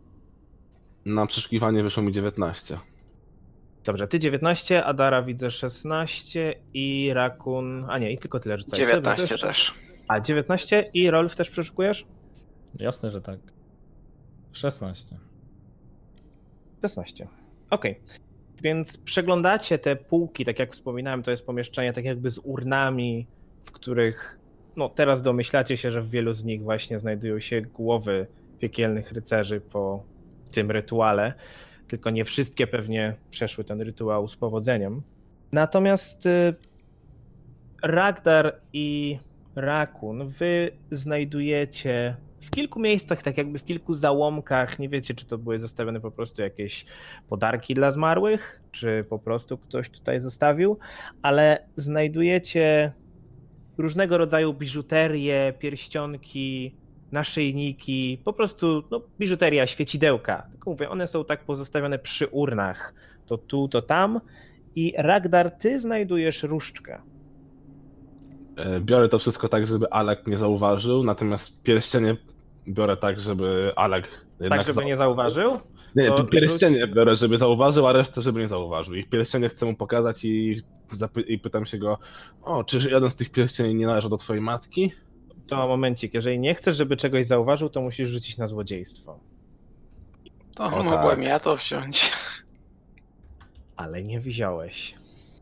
Na przeszukiwanie wyszło mi dziewiętnaście. Dobrze, ty dziewiętnaście, Adara widzę szesnaście i Rakun... A nie, i tylko tyle rzucałeś. dziewiętnaście Dobrze, to jest- też. A, dziewiętnaście i Rolf też przeszukujesz? Jasne, że tak. szesnaście. szesnaście. Okej. Więc przeglądacie te półki, tak jak wspominałem, to jest pomieszczenie tak jakby z urnami, w których no teraz domyślacie się, że w wielu z nich właśnie znajdują się głowy piekielnych rycerzy po tym rytuale, tylko nie wszystkie pewnie przeszły ten rytuał z powodzeniem. Natomiast y, Ragdar i Rakun, wy znajdujecie w kilku miejscach, tak jakby w kilku załomkach, nie wiecie, czy to były zostawione po prostu jakieś podarki dla zmarłych, czy po prostu ktoś tutaj zostawił, ale znajdujecie różnego rodzaju biżuterię, pierścionki, naszyjniki, po prostu no, biżuteria, świecidełka. Tylko mówię, one są tak pozostawione przy urnach, to tu, to tam. I Ragdar, ty znajdujesz różdżkę. E, Biorę to wszystko tak, żeby Alek nie zauważył, natomiast pierścienie biorę tak, żeby Alek jednak Tak, żeby zau- nie zauważył. Nie, to nie, pierścienie rzuć- biorę, żeby zauważył, a resztę, żeby nie zauważył. I pierścienie chcę mu pokazać i, zapy- i pytam się go, o, czy jeden z tych pierścieni nie należy do twojej matki? To momencik, jeżeli nie chcesz, żeby czegoś zauważył, to musisz rzucić na złodziejstwo. To O, mogłem tak. ja to wziąć. Ale nie wziąłeś.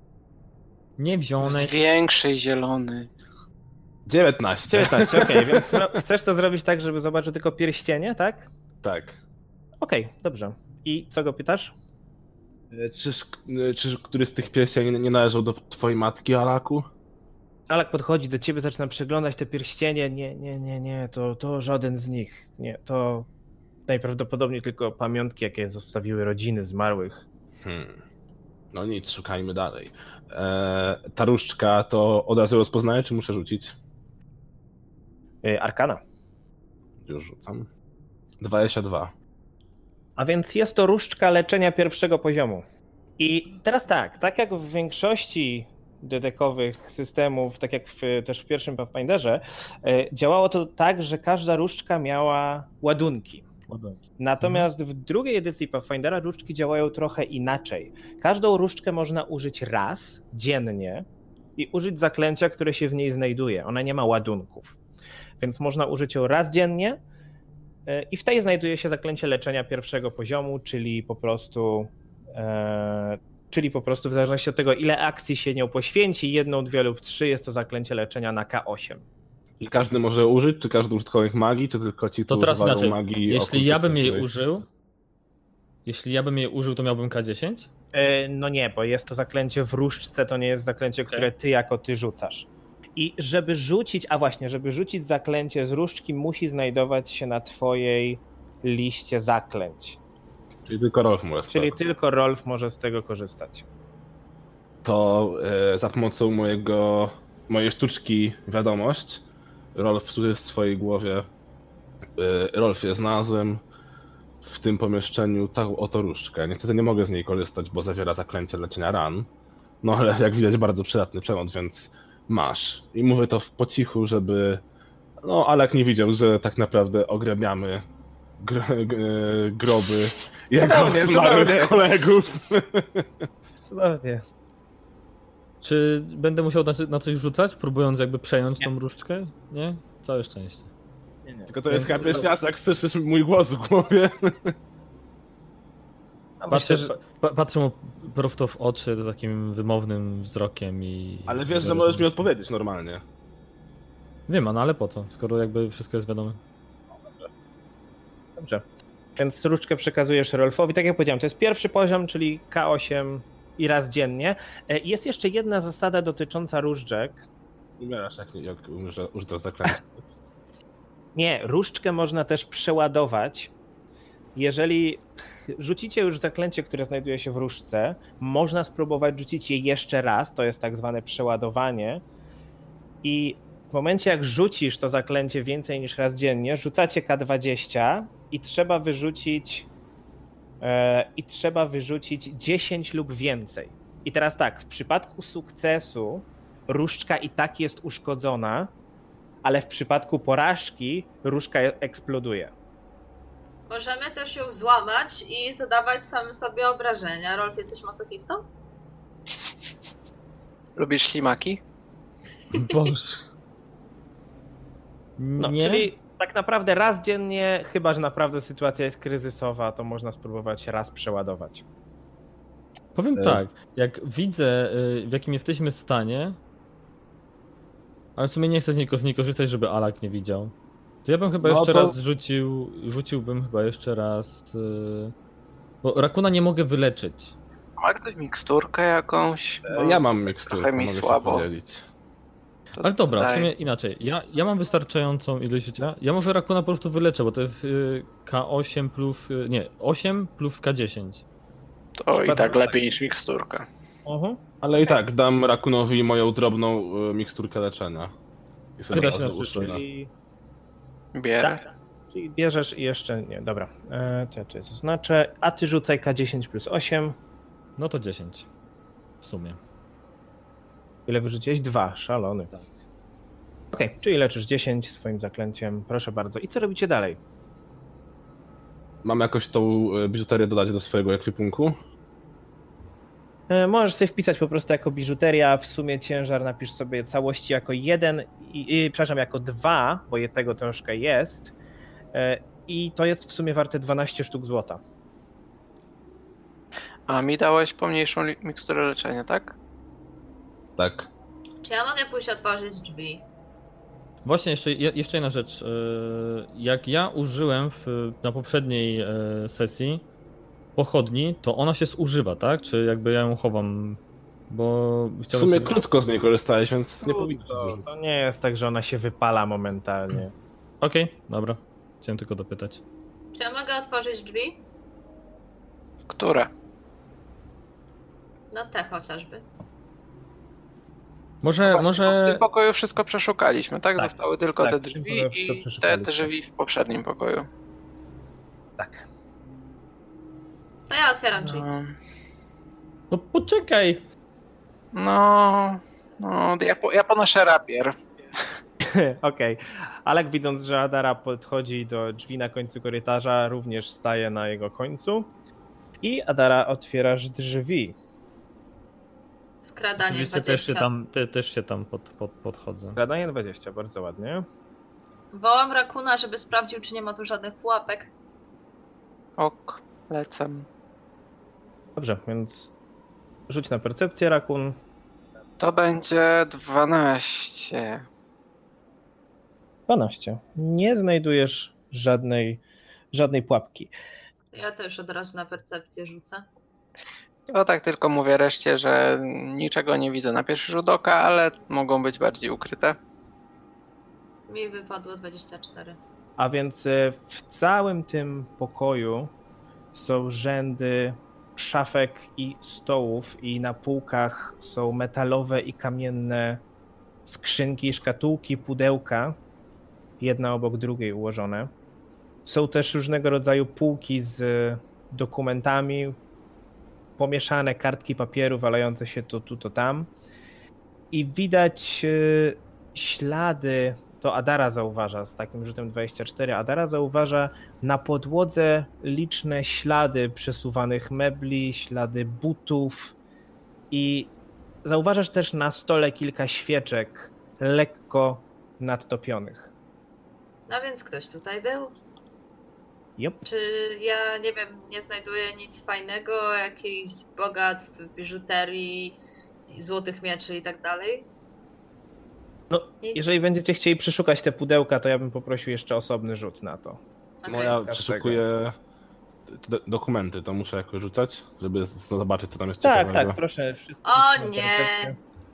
Nie wziąłeś. Większy zielony. dziewiętnaście. dziewiętnaście, okej, więc no, chcesz to zrobić tak, żeby zobaczył tylko pierścienie, tak? Tak. Okej, dobrze. I co go pytasz? E, Czy, czy któryś z tych pierścieni nie należał do twojej matki, Alaku? Alek podchodzi do ciebie, zaczyna przeglądać te pierścienie. Nie, nie, nie, nie, to, to żaden z nich. Nie, to najprawdopodobniej tylko pamiątki, jakie zostawiły rodziny zmarłych. Hmm. No nic, szukajmy dalej. E, ta różdżka to od razu rozpoznaję, czy muszę rzucić? Yy, Arkana. Już rzucam. dwadzieścia dwa. A więc jest to różdżka leczenia pierwszego poziomu. I teraz tak, tak jak w większości dedekowych systemów, tak jak w, też w pierwszym Pathfinderze, yy, działało to tak, że każda różdżka miała ładunki. Ładunki. Natomiast w drugiej edycji Pathfindera różdżki działają trochę inaczej. Każdą różdżkę można użyć raz dziennie i użyć zaklęcia, które się w niej znajduje. Ona nie ma ładunków. Więc można użyć ją raz dziennie i w tej znajduje się zaklęcie leczenia pierwszego poziomu, czyli po prostu e, czyli po prostu w zależności od tego, ile akcji się nią poświęci, jedną, dwie lub trzy, jest to zaklęcie leczenia na K osiem. I każdy może użyć, czy każdy użytkownik magii, czy tylko ci, To co teraz używają inaczej. magii? Jeśli ja bym jej okultystycznej? użył. Jeśli ja bym jej użył, to miałbym K dziesięć? E, no nie, bo jest to zaklęcie w różdżce, to nie jest zaklęcie, Okay. które ty jako ty rzucasz. I żeby rzucić, a właśnie, żeby rzucić zaklęcie z różdżki, musi znajdować się na twojej liście zaklęć. Czyli tylko Rolf może Czyli spoko. tylko Rolf może z tego korzystać. To e, za pomocą mojego, mojej sztuczki wiadomość, Rolf wsłuży w swojej głowie. E, Rolfie, znalazłem w tym pomieszczeniu taką oto różdżkę. Niestety nie mogę z niej korzystać, bo zawiera zaklęcie leczenia ran. No ale jak widać bardzo przydatny przemoc, więc masz. I mówię to w po cichu, żeby... No Alek nie widział, że tak naprawdę ogremiamy gr- g- groby jego Cudownie, zmarłych cudownie. kolegów. Cudownie. Czy będę musiał na, na coś rzucać, próbując jakby przejąć tą różdżkę? Nie? Całe szczęście. Nie, nie. Tylko to jest Więc- chyba pierwszy raz, jak słyszysz mój głos w głowie. A Patrzę, myślę, że... pa, patrzę mu prosto w oczy takim wymownym wzrokiem i... Ale wiesz, że możesz mi odpowiedzieć normalnie. Wiem, no ale po co, skoro jakby wszystko jest wiadome. Dobrze. Więc różdżkę przekazujesz Rolfowi. Tak jak powiedziałem, to jest pierwszy poziom, czyli K osiem i raz dziennie. Jest jeszcze jedna zasada dotycząca różdżek. Umierasz, jak, jak używasz zaklęcia. Nie, różdżkę można też przeładować. Jeżeli rzucicie już zaklęcie, które znajduje się w różdżce, można spróbować rzucić je jeszcze raz, to jest tak zwane przeładowanie. I w momencie, jak rzucisz to zaklęcie więcej niż raz dziennie, rzucacie K dwadzieścia i trzeba wyrzucić e, i trzeba wyrzucić dziesięć lub więcej. I teraz tak, w przypadku sukcesu różdżka i tak jest uszkodzona, ale w przypadku porażki różdżka eksploduje. Możemy też ją złamać i zadawać samym sobie obrażenia. Rolf, jesteś masochistą? Lubisz ślimaki? Boże. No, Nie? czyli tak naprawdę raz dziennie, chyba że naprawdę sytuacja jest kryzysowa, to można spróbować raz przeładować. Powiem E. tak, jak widzę, y, w jakim jesteśmy stanie, ale w sumie nie chcę z niego z niej korzystać, żeby Alak nie widział, to ja bym chyba No jeszcze to- raz rzucił, rzuciłbym chyba jeszcze raz, y, bo Rakuna nie mogę wyleczyć. Ma ktoś miksturkę jakąś? Bo Ja mam miksturkę, trochę mi mogę słabo. się podzielić. to Ale dobra, w daj. sumie inaczej, ja, ja mam wystarczającą ilość życia, ja może Rakuna po prostu wyleczę, bo to jest y, K osiem plus, y, nie, osiem plus K dziesięć. To i tak lepiej niż miksturka. Uh-huh. Ale i tak, dam Rakunowi moją drobną y, miksturkę leczenia. I sobie Chyba od się razu na uszczę. Czyli, Bierę. tak, czyli bierzesz i jeszcze nie, dobra. E, to ja tutaj zaznaczę. A ty rzucaj K dziesięć plus osiem. No to dziesięć w sumie. Ile wyrzuciłeś? Dwa, szalony. Tak. Okej, czyli leczysz dziesięć swoim zaklęciem, proszę bardzo. I co robicie dalej? Mam jakoś tą y, biżuterię dodać do swojego ekwipunku? E, Możesz sobie wpisać po prostu jako biżuteria, w sumie ciężar napisz sobie całości jako jeden, i, i, przepraszam, jako dwa, bo je tego troszkę jest. E, I to jest w sumie warte dwanaście sztuk złota. A mi dałeś pomniejszą li- miksturę leczenia, tak? Tak. Czy ja mogę pójść otworzyć drzwi? Właśnie jeszcze, je- jeszcze jedna rzecz. y, Jak ja użyłem w, na poprzedniej y, sesji pochodni, to ona się zużywa, tak? Czy jakby ja ją chowam, bo W chciałem sumie sobie... krótko z niej korzystałeś, więc nie powinno się to, zużyć. to nie jest tak, że ona się wypala momentalnie. Okej, dobra. Chciałem tylko dopytać. Czy ja mogę otworzyć drzwi? Które? No te chociażby. Może, Właśnie, bo W może... tym pokoju wszystko przeszukaliśmy, tak? Tak, Zostały tylko tak, te w tym drzwi pokoju wszystko i te przeszukaliście. drzwi w poprzednim pokoju. Tak. To ja otwieram drzwi. No, No poczekaj! no, no ja, po, ja ponoszę rapier. Okej. Alek, widząc, że Adara podchodzi do drzwi na końcu korytarza, również staje na jego końcu. I Adara, otwierasz drzwi. Skradanie Oczywiście dwadzieścia. też się tam, te, też się tam pod, pod, podchodzę. Gradanie dwadzieścia, bardzo ładnie. Wołam Rakuna, żeby sprawdził, czy nie ma tu żadnych pułapek. Ok, lecę. Dobrze, więc rzuć na percepcję, Rakun. To będzie dwanaście. dwanaście. Nie znajdujesz żadnej, żadnej pułapki. Ja też od razu na percepcję rzucę. To tak tylko mówię reszcie, że niczego nie widzę na pierwszy rzut oka, ale mogą być bardziej ukryte. Mi wypadło dwadzieścia cztery. A więc e, w całym tym pokoju są rzędy szafek i stołów i na półkach są metalowe i kamienne skrzynki, szkatułki, pudełka, jedna obok drugiej ułożone. Są też różnego rodzaju półki z dokumentami, pomieszane kartki papieru walające się to tu, to tam. I widać e, ślady, to Adara zauważa z takim rzutem dwadzieścia cztery, Adara zauważa na podłodze liczne ślady przesuwanych mebli, ślady butów i zauważasz też na stole kilka świeczek lekko nadtopionych. No więc ktoś tutaj był. Jop. Czy ja, nie wiem, nie znajduję nic fajnego, jakichś bogactw, biżuterii, złotych mieczy i tak dalej? No, Nic. jeżeli będziecie chcieli przeszukać te pudełka, to ja bym poprosił jeszcze osobny rzut na to. Okej. No ja Każdego. przeszukuję do, dokumenty, to muszę jakoś rzucać, żeby z- zobaczyć, co tam jest Tak, ciekawego. tak, proszę. Wszystko O nie.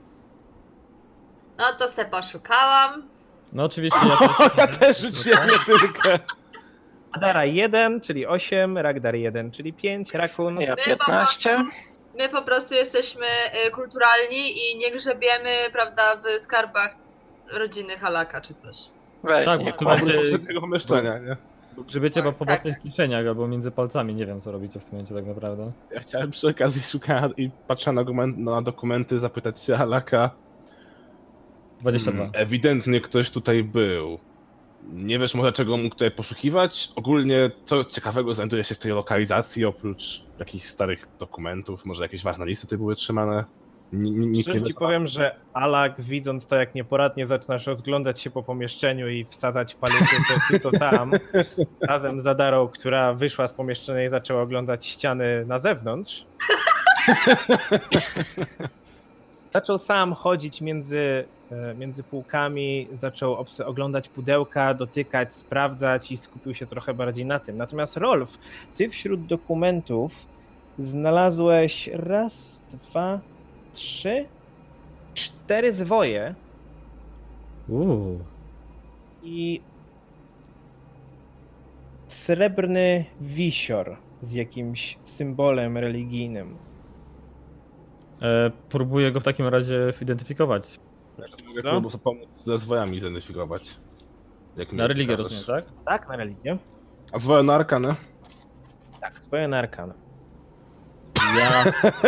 No to se poszukałam. No oczywiście ja też... Ja też rzuciłem jedynkę. Adara jeden, czyli osiem, Ragdar jeden, czyli pięć, Rakun. Ja My po piętnaście. My po prostu jesteśmy y, kulturalni i nie grzebiemy, prawda, w skarbach rodziny Halaka czy coś. Weź, Tak, nie bo kłam. Macie- Oprócz tego pomieszczenia, nie? Grzebiecie chyba po Tak. własnych kieszeniach albo między palcami, nie wiem co robicie w tym momencie tak naprawdę. Ja chciałem przy okazji szukać i patrzę na, dokument, na dokumenty, zapytać się Alaka. dwadzieścia dwa. Hmm, ewidentnie ktoś tutaj był. Nie wiesz może czego mógł tutaj poszukiwać? Ogólnie co ciekawego znajduje się w tej lokalizacji oprócz jakichś starych dokumentów? Może jakieś ważne listy tutaj były trzymane? Ni- ni- Nic nie Szczerze ci wiesz? powiem, że Alak, widząc to, jak nieporadnie zaczynasz rozglądać się po pomieszczeniu i wsadzać paluchy to tu, to tam, razem z Adarą, która wyszła z pomieszczenia i zaczęła oglądać ściany na zewnątrz, zaczął sam chodzić między, e, między półkami, zaczął obs- oglądać pudełka, dotykać, sprawdzać i skupił się trochę bardziej na tym. Natomiast Rolf, ty wśród dokumentów znalazłeś raz, dwa, trzy, cztery zwoje Uuu. i srebrny wisior z jakimś symbolem religijnym. E, próbuję go w takim razie zidentyfikować. Mogę No. próbować pomóc ze zwojami zidentyfikować. Jak Na mnie religię pokażesz. rozumiem, tak? Tak, na religię. A zwoje na arkanę? Tak, zwoje na arkanę. Ja...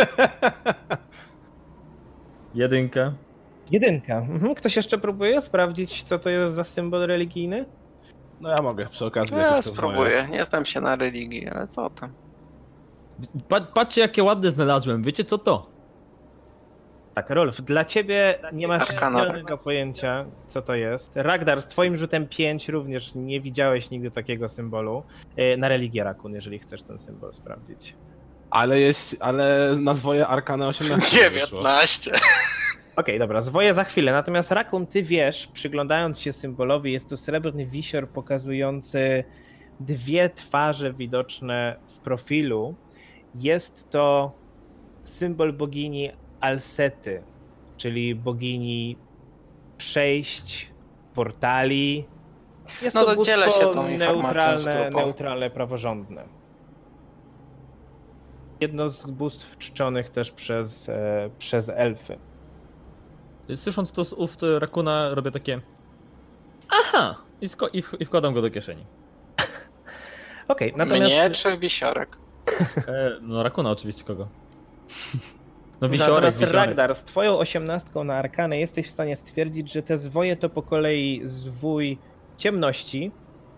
Jedynkę. Jedynka. Mhm. Ktoś jeszcze próbuje sprawdzić, co to jest za symbol religijny? No ja mogę przy okazji Ja jakoś to zwoje. spróbuję. Nie znam się na religii, ale co tam? Pa patrzcie jakie ładne znalazłem, wiecie co to? Tak, Rolf, dla ciebie nie masz Arkana. żadnego pojęcia, co to jest. Ragdar, z twoim rzutem pięć również nie widziałeś nigdy takiego symbolu. E, Na religię Rakun, jeżeli chcesz ten symbol sprawdzić. Ale jest, ale na zwoje arkanę osiemnaście wyszło. dziewiętnaście. Okej, dobra, zwoję za chwilę. Natomiast Rakun, ty wiesz, przyglądając się symbolowi, jest to srebrny wisior pokazujący dwie twarze widoczne z profilu. Jest to symbol bogini Alsety, czyli bogini przejść, portali. Jest No to to dzielę bóstwo się tą informacją z neutralne, grupą. neutralne, praworządne. Jedno z bóstw czczonych też przez, e, przez elfy. Słysząc to z ust Rakuna robię takie... Aha! I, sko- i, w- i wkładam go do kieszeni. Okej, natomiast... Mnie czy wisiorek? E, no Rakuna oczywiście kogo? No wisiorek, Natomiast wisiorek. Ragdar, z twoją osiemnastką na arkanę jesteś w stanie stwierdzić, że te zwoje to po kolei zwój ciemności,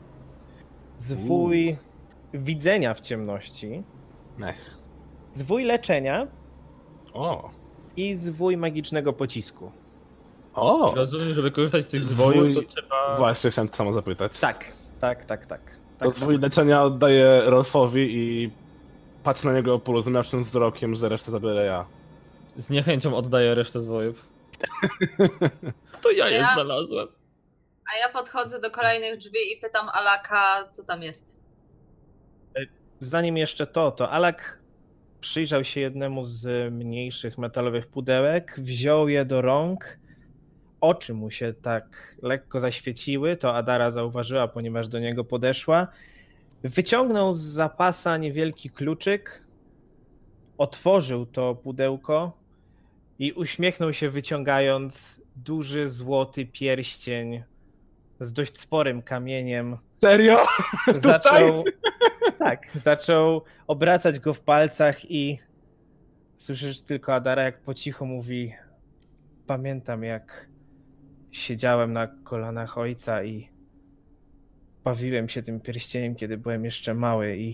zwój widzenia w ciemności, Ech. zwój leczenia O! i zwój magicznego pocisku. O! Rozumiem, żeby korzystać z tych Zwój- zwojów, to trzeba... Właśnie chciałem to samo zapytać. Tak, tak, tak, tak. tak To zwój leczenia oddaję Rolfowi i patrzę na niego porozumiawczym wzrokiem, że resztę zabiorę ja. Z niechęcią oddaję resztę zwojów. To ja je Ja- znalazłem. A ja podchodzę do kolejnych drzwi i pytam Alaka, co tam jest. Zanim jeszcze to, to Alak przyjrzał się jednemu z mniejszych metalowych pudełek, wziął je do rąk, oczy mu się tak lekko zaświeciły, to Adara zauważyła, ponieważ do niego podeszła. Wyciągnął z zapasa niewielki kluczyk, otworzył to pudełko i uśmiechnął się, wyciągając duży złoty pierścień z dość sporym kamieniem. Serio? Zaczął, tak, zaczął obracać go w palcach i słyszysz tylko Adara, jak po cichu mówi: pamiętam, jak siedziałem na kolanach ojca i bawiłem się tym pierścieniem, kiedy byłem jeszcze mały, i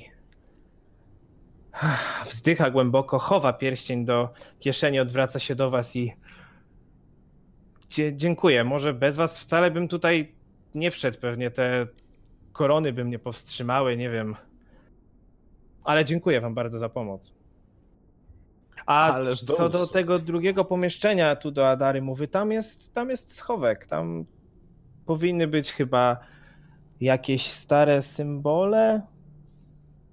wzdycha głęboko, chowa pierścień do kieszeni, odwraca się do was i Dzie- dziękuję, może bez was wcale bym tutaj nie wszedł, pewnie te korony by mnie powstrzymały, nie wiem. Ale dziękuję wam bardzo za pomoc. A Ależ co do dowód. tego drugiego pomieszczenia, tu do Adary mówię, tam jest, tam jest schowek, tam powinny być chyba jakieś stare symbole.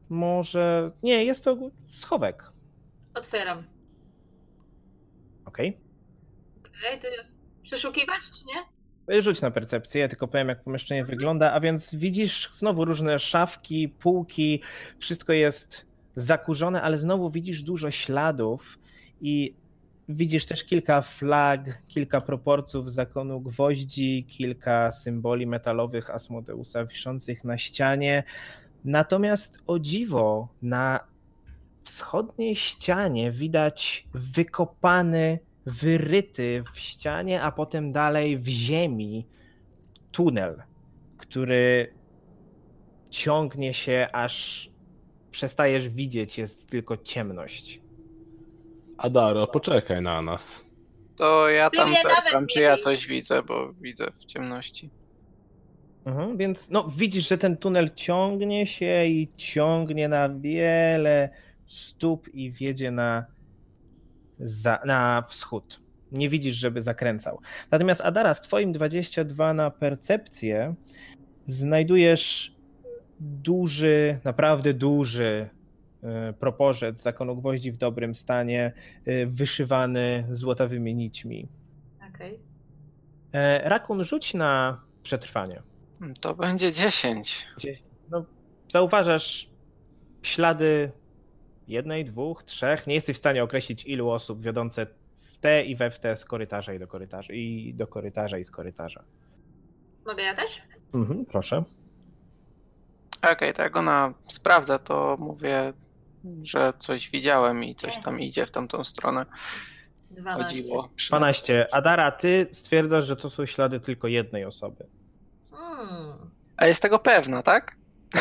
Może... Nie, jest to schowek. Otwieram. Okej. Okej, to jest przeszukiwać, czy nie? Rzuć na percepcję, ja tylko powiem, jak pomieszczenie wygląda, a więc widzisz znowu różne szafki, półki, wszystko jest zakurzone, ale znowu widzisz dużo śladów i widzisz też kilka flag, kilka proporcjów zakonu gwoździ, kilka symboli metalowych Asmodeusa wiszących na ścianie. Natomiast o dziwo, na wschodniej ścianie widać wykopany, wyryty w ścianie, a potem dalej w ziemi tunel, który ciągnie się, aż przestajesz widzieć, jest tylko ciemność. Adaro, poczekaj na nas. To ja tam Mnie nawet zerkam, nie czy ja bij. coś widzę, bo widzę w ciemności. Mhm, więc no, widzisz, że ten tunel ciągnie się i ciągnie na wiele stóp i wiedzie na, za, na wschód. Nie widzisz, żeby zakręcał. Natomiast Adara, z twoim dwadzieścia dwa na percepcję znajdujesz duży, naprawdę duży e, proporzec zakonu gwoździ w dobrym stanie, e, wyszywany złotawymi nićmi. Okej. E, Rakun, rzuć na przetrwanie. To będzie dziesięć. Gdzie, no, zauważasz ślady jednej, dwóch, trzech. Nie jesteś w stanie określić, ilu osób wiodące w te i we w te z korytarza i do korytarza i do korytarza i z korytarza. Mogę ja też? Mhm, proszę. Okej, to jak ona sprawdza, to mówię, że coś widziałem i coś tam idzie w tamtą stronę. dwanaście. Chodziło. dwanaście. Adara, ty stwierdzasz, że to są ślady tylko jednej osoby. Hmm. A jest tego pewna, tak?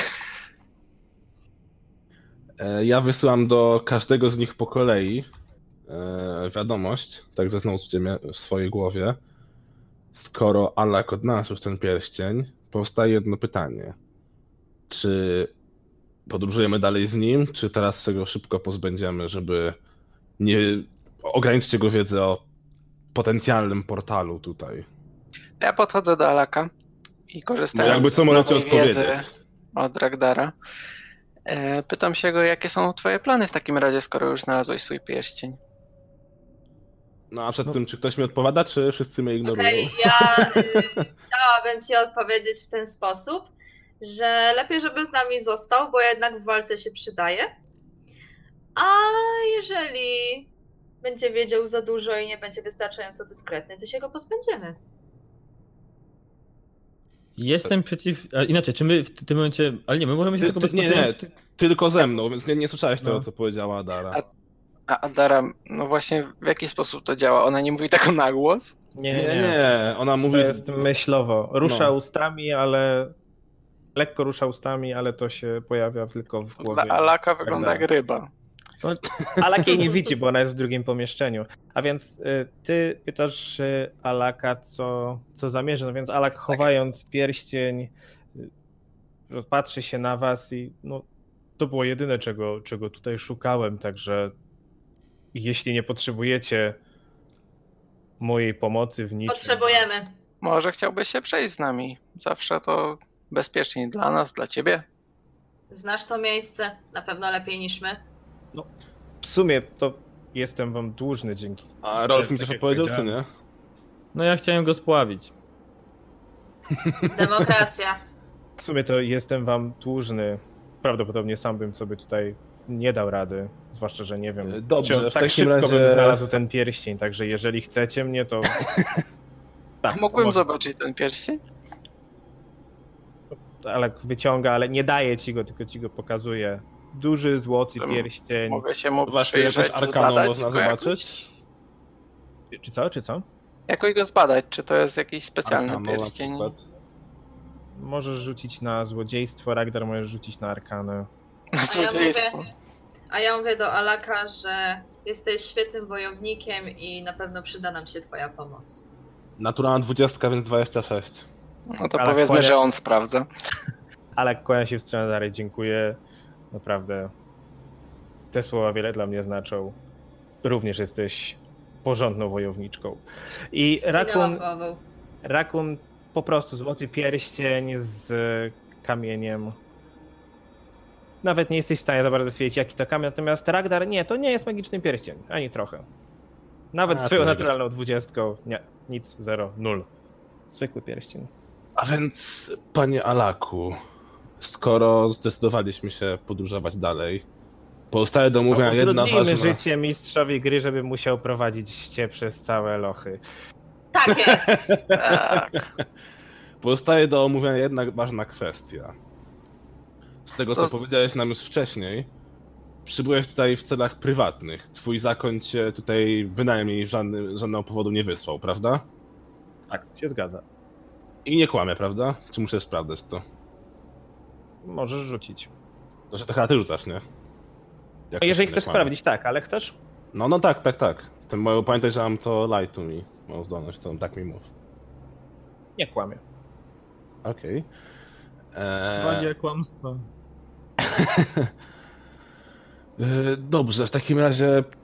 E, Ja wysyłam do każdego z nich po kolei e, wiadomość, tak zaznaczcie w swojej głowie. Skoro Alak odnalazł ten pierścień, powstaje jedno pytanie. Czy podróżujemy dalej z nim, czy teraz się go szybko pozbędziemy, żeby nie ograniczyć jego wiedzę o potencjalnym portalu tutaj? Ja podchodzę do Alaka i No korzystając jakby co z możecie nowej wiedzy odpowiedzieć? od Ragdara, e, pytam się go, jakie są twoje plany w takim razie, skoro już znalazłeś swój pierścień. No a przed No. tym, czy ktoś mnie odpowiada, czy wszyscy mnie ignorują? Okej, ja y, chciałabym ci odpowiedzieć w ten sposób, że lepiej, żeby z nami został, bo jednak w walce się przydaje. A jeżeli będzie wiedział za dużo i nie będzie wystarczająco dyskretny, to się go pozbędziemy. Jestem przeciw... A inaczej, czy my w tym momencie... Ale nie, my możemy się Ty- tylko ty- nie, bezpośrednio... nie. Tylko ze mną, więc nie, nie słyszałeś tego, No. co powiedziała Adara. A- A Adara, no właśnie w jaki sposób to działa? Ona nie mówi tego na głos? Nie, Nie, nie, nie, ona To mówi... jest myślowo. Rusza No. ustami, ale... Lekko rusza ustami, ale to się pojawia tylko w głowie. Dla Alaka wygląda dalej. jak ryba. No, Alak jej nie widzi, bo ona jest w drugim pomieszczeniu. A więc y, ty pytasz y, Alaka, co, co zamierza. No więc Alak, chowając pierścień, y, patrzy się na was i no, to było jedyne, czego, czego tutaj szukałem, także jeśli nie potrzebujecie mojej pomocy w niczym... Potrzebujemy. Może chciałbyś się przejść z nami? Zawsze to bezpieczniej dla nas, dla ciebie. Znasz to miejsce na pewno lepiej niż my. W sumie to jestem wam dłużny dzięki... A Rolf mi Tak coś jak odpowiedział, czy powiedziałem. nie? No ja chciałem go spławić. Demokracja. W sumie to jestem wam dłużny. Prawdopodobnie sam bym sobie tutaj nie dał rady. Zwłaszcza, że nie wiem, Dobrze, czy w tak takim szybko razie- bym znalazł ten pierścień, także jeżeli chcecie mnie, to... tak, Mógłbym może- zobaczyć ten pierścień? Ale wyciąga, ale nie daje ci go, tylko ci go pokazuje. Duży, złoty Czemu? pierścień. Mogę się mu Właśnie jakąś przyjrzeć, arkaną zbadać można go jakoś? zobaczyć? Czy co, czy co? Jakoś go zbadać, czy to jest jakiś specjalny Arkaną na pierścień? przykład. Możesz rzucić na złodziejstwo, Ragdar możesz rzucić na arkanę. Na A ja, złodziejstwo. mówię, a ja mówię do Alaka, że jesteś świetnym wojownikiem i na pewno przyda nam się twoja pomoc. Naturalna dwudziestka, więc dwadzieścia sześć. No to Ale powiedzmy, kłania- że on sprawdza. Ale kłania się w stronę dalej, dziękuję. Naprawdę te słowa wiele dla mnie znaczą. Również jesteś porządną wojowniczką. I Skinęłam Rakun, głową. Rakun po prostu złoty pierścień z kamieniem nawet nie jesteś w stanie za bardzo stwierdzić, jaki to kamień, natomiast Ragdar, nie, to nie jest magiczny pierścień, ani trochę. Nawet A, swoją to naturalną dwudziestką, nie, nic, zero, nul. Zwykły pierścień. A więc, panie Alaku, skoro zdecydowaliśmy się podróżować dalej, pozostaje do omówienia To jedna utrudnijmy ważna... życie mistrzowi gry, żeby musiał prowadzić cię przez całe lochy. Tak jest! Tak. Pozostaje do omówienia jedna ważna kwestia. Z tego, co To- powiedziałeś nam już wcześniej, przybyłeś tutaj w celach prywatnych. Twój zakon cię tutaj bynajmniej żadny, żadnego powodu nie wysłał, prawda? Tak, się zgadza. I nie kłamie, prawda? Czy muszę sprawdzać to? Możesz rzucić. To, że to chyba ty rzucasz, nie? Jak No, jeżeli ktoś chcesz nie kłamie. sprawdzić, tak, ale chcesz? No, no tak, tak, tak. Ten moją, pamiętaj, że mam to lie to me, moją zdolność, to tak mi mów. Nie kłamie. Okej. Magia Eee, kłamstwa. e, Dobrze, w takim razie... e,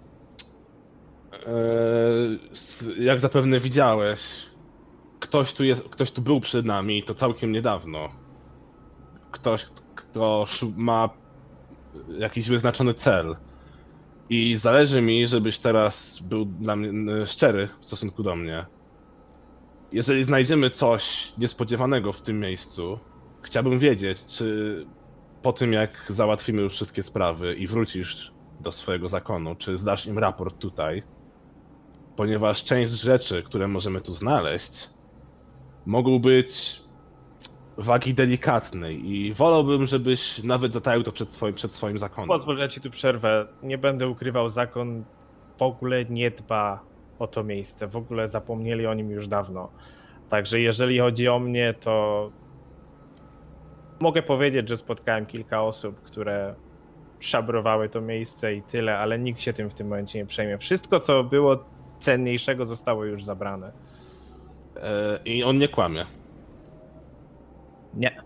s- Jak zapewne widziałeś, ktoś tu, jest, ktoś tu był przed nami i to całkiem niedawno. Ktoś, kto sz- ma jakiś wyznaczony cel. I zależy mi, żebyś teraz był dla mnie szczery w stosunku do mnie. Jeżeli znajdziemy coś niespodziewanego w tym miejscu, chciałbym wiedzieć, czy po tym jak załatwimy już wszystkie sprawy i wrócisz do swojego zakonu, czy zdasz im raport tutaj, ponieważ część rzeczy, które możemy tu znaleźć, mogą być wagi delikatnej i wolałbym, żebyś nawet zataił to przed swoim, przed swoim zakonem. Pozwól, że ci tu przerwę. Nie będę ukrywał, zakon w ogóle nie dba o to miejsce. W ogóle zapomnieli o nim już dawno. Także jeżeli chodzi o mnie, to mogę powiedzieć, że spotkałem kilka osób, które szabrowały to miejsce i tyle, ale nikt się tym w tym momencie nie przejmie. Wszystko, co było cenniejszego, zostało już zabrane. E, I on nie kłamie. Nie.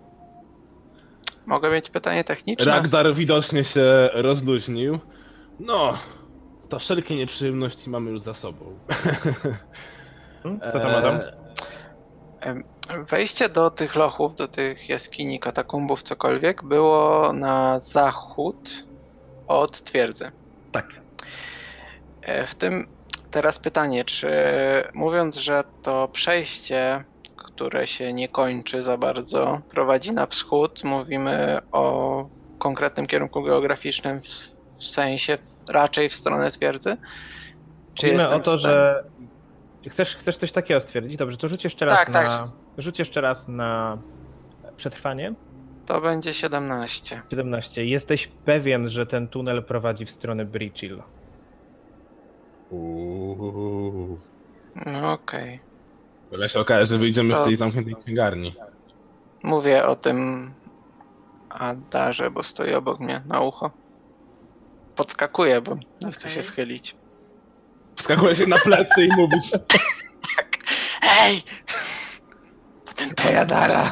Mogę mieć pytanie techniczne? Ragdar widocznie się rozluźnił. No, to wszelkie nieprzyjemności mamy już za sobą. Hmm? Co tam, Adam? E, Em, Wejście do tych lochów, do tych jaskini, katakumbów, cokolwiek, było na zachód od twierdzy. Tak. E, W tym teraz pytanie, czy mówiąc, że to przejście, które się nie kończy za bardzo, prowadzi na wschód, mówimy o konkretnym kierunku geograficznym, w, w sensie raczej w stronę twierdzy? Czy Mówimy jestem o to, w stanie- że chcesz, chcesz coś takiego stwierdzić? Dobrze, to rzuć jeszcze raz Tak, na... tak. Rzuć jeszcze raz na przetrwanie. To będzie siedemnaście. siedemnaście. Jesteś pewien, że ten tunel prowadzi w stronę Bridgehill? Uuu. No okej. Ale się okaże, że wyjdziemy To- z tej zamkniętej księgarni. Mówię o tym Adarze, bo stoi obok mnie na ucho. Podskakuję, bo nie chcę się Okej. schylić. Wskakuje się na plecy i mówisz: Ej! Pamiętaj Adara!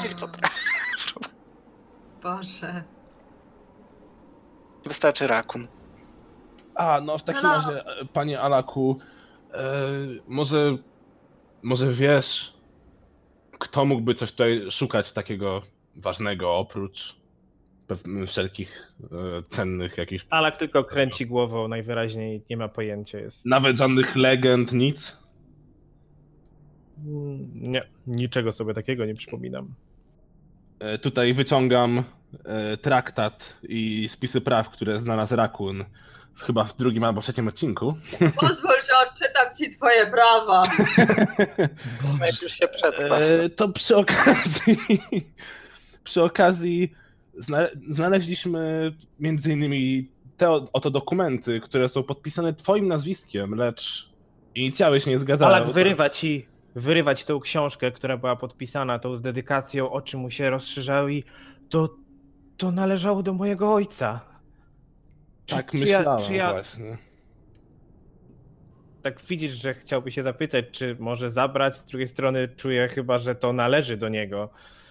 Boże. Wystarczy rakun. A, no w takim No, no. razie, e, panie Alaku, e, może, może wiesz, kto mógłby coś tutaj szukać takiego ważnego, oprócz pewnych wszelkich e, cennych jakichś... Alak tylko kręci głową, najwyraźniej nie ma pojęcia. Jest... Nawet żadnych legend, nic? Mm, Nie, niczego sobie takiego nie przypominam. E, tutaj wyciągam e, traktat i spisy praw, które znalazł Rakun w, chyba w drugim albo trzecim odcinku. Pozwól, że odczytam ci twoje prawa. Najpierw się przedstaw. E, to przy okazji, przy okazji zna, znaleźliśmy między innymi te o- oto dokumenty, które są podpisane twoim nazwiskiem, lecz inicjały się nie zgadzają. Alak wyrywa ci, wyrywa ci tą książkę, która była podpisana tą z dedykacją, oczy mu się rozszerzały i to, to należało do mojego ojca. Czy- Tak czy myślałem ja, czy ja, właśnie. tak widzisz, że chciałby się zapytać, czy może zabrać, z drugiej strony czuję chyba, że to należy do niego.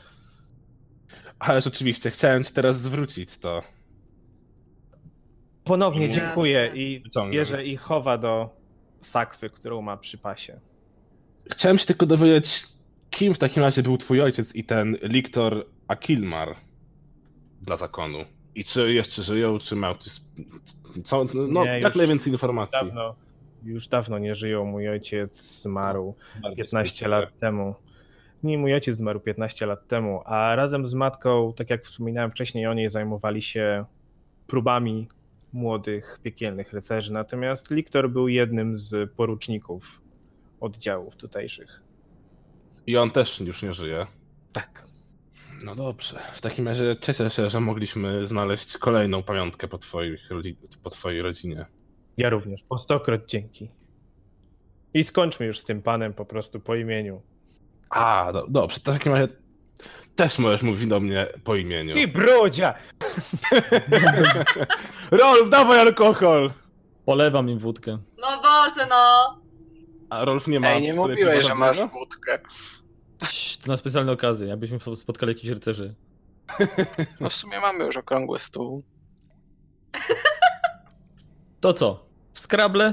Ale rzeczywiście, chciałem ci teraz zwrócić to. Ponownie Jasne. dziękuję i Wyciągam. bierze i chowa do sakwy, którą ma przy pasie. Chciałem się tylko dowiedzieć, kim w takim razie był twój ojciec i ten Liktor Akilmar dla zakonu. I czy jeszcze żyją, czy mają coś... Co, no, Nie, jak już najwięcej informacji. Dawno, już dawno nie żyją. Mój ojciec zmarł Bardzo piętnaście współczuję. lat temu. Nie, mój ojciec zmarł piętnaście lat temu, a razem z matką, tak jak wspominałem wcześniej, oni zajmowali się próbami młodych, piekielnych rycerzy. Natomiast Liktor był jednym z poruczników oddziałów tutejszych. I on też już nie żyje. Tak. No dobrze. W takim razie cieszę się, że mogliśmy znaleźć kolejną pamiątkę po, twoich, rodzi- po twojej rodzinie. Ja również. Po stokroć dzięki. I skończmy już z tym panem po prostu po imieniu. A, do, dobrze. W takim razie też możesz mówić do mnie po imieniu. I brodzia! Rolf, dawaj alkohol! Polewam im wódkę. No Boże, no! A Rolf nie ma... Ej, nie sobie mówiłeś, piwa że masz żadnego? wódkę. Cii, To na specjalne okazje, jakbyśmy spotkali jakichś rycerzy. No w sumie mamy już okrągły stół. To co? W Scrabble?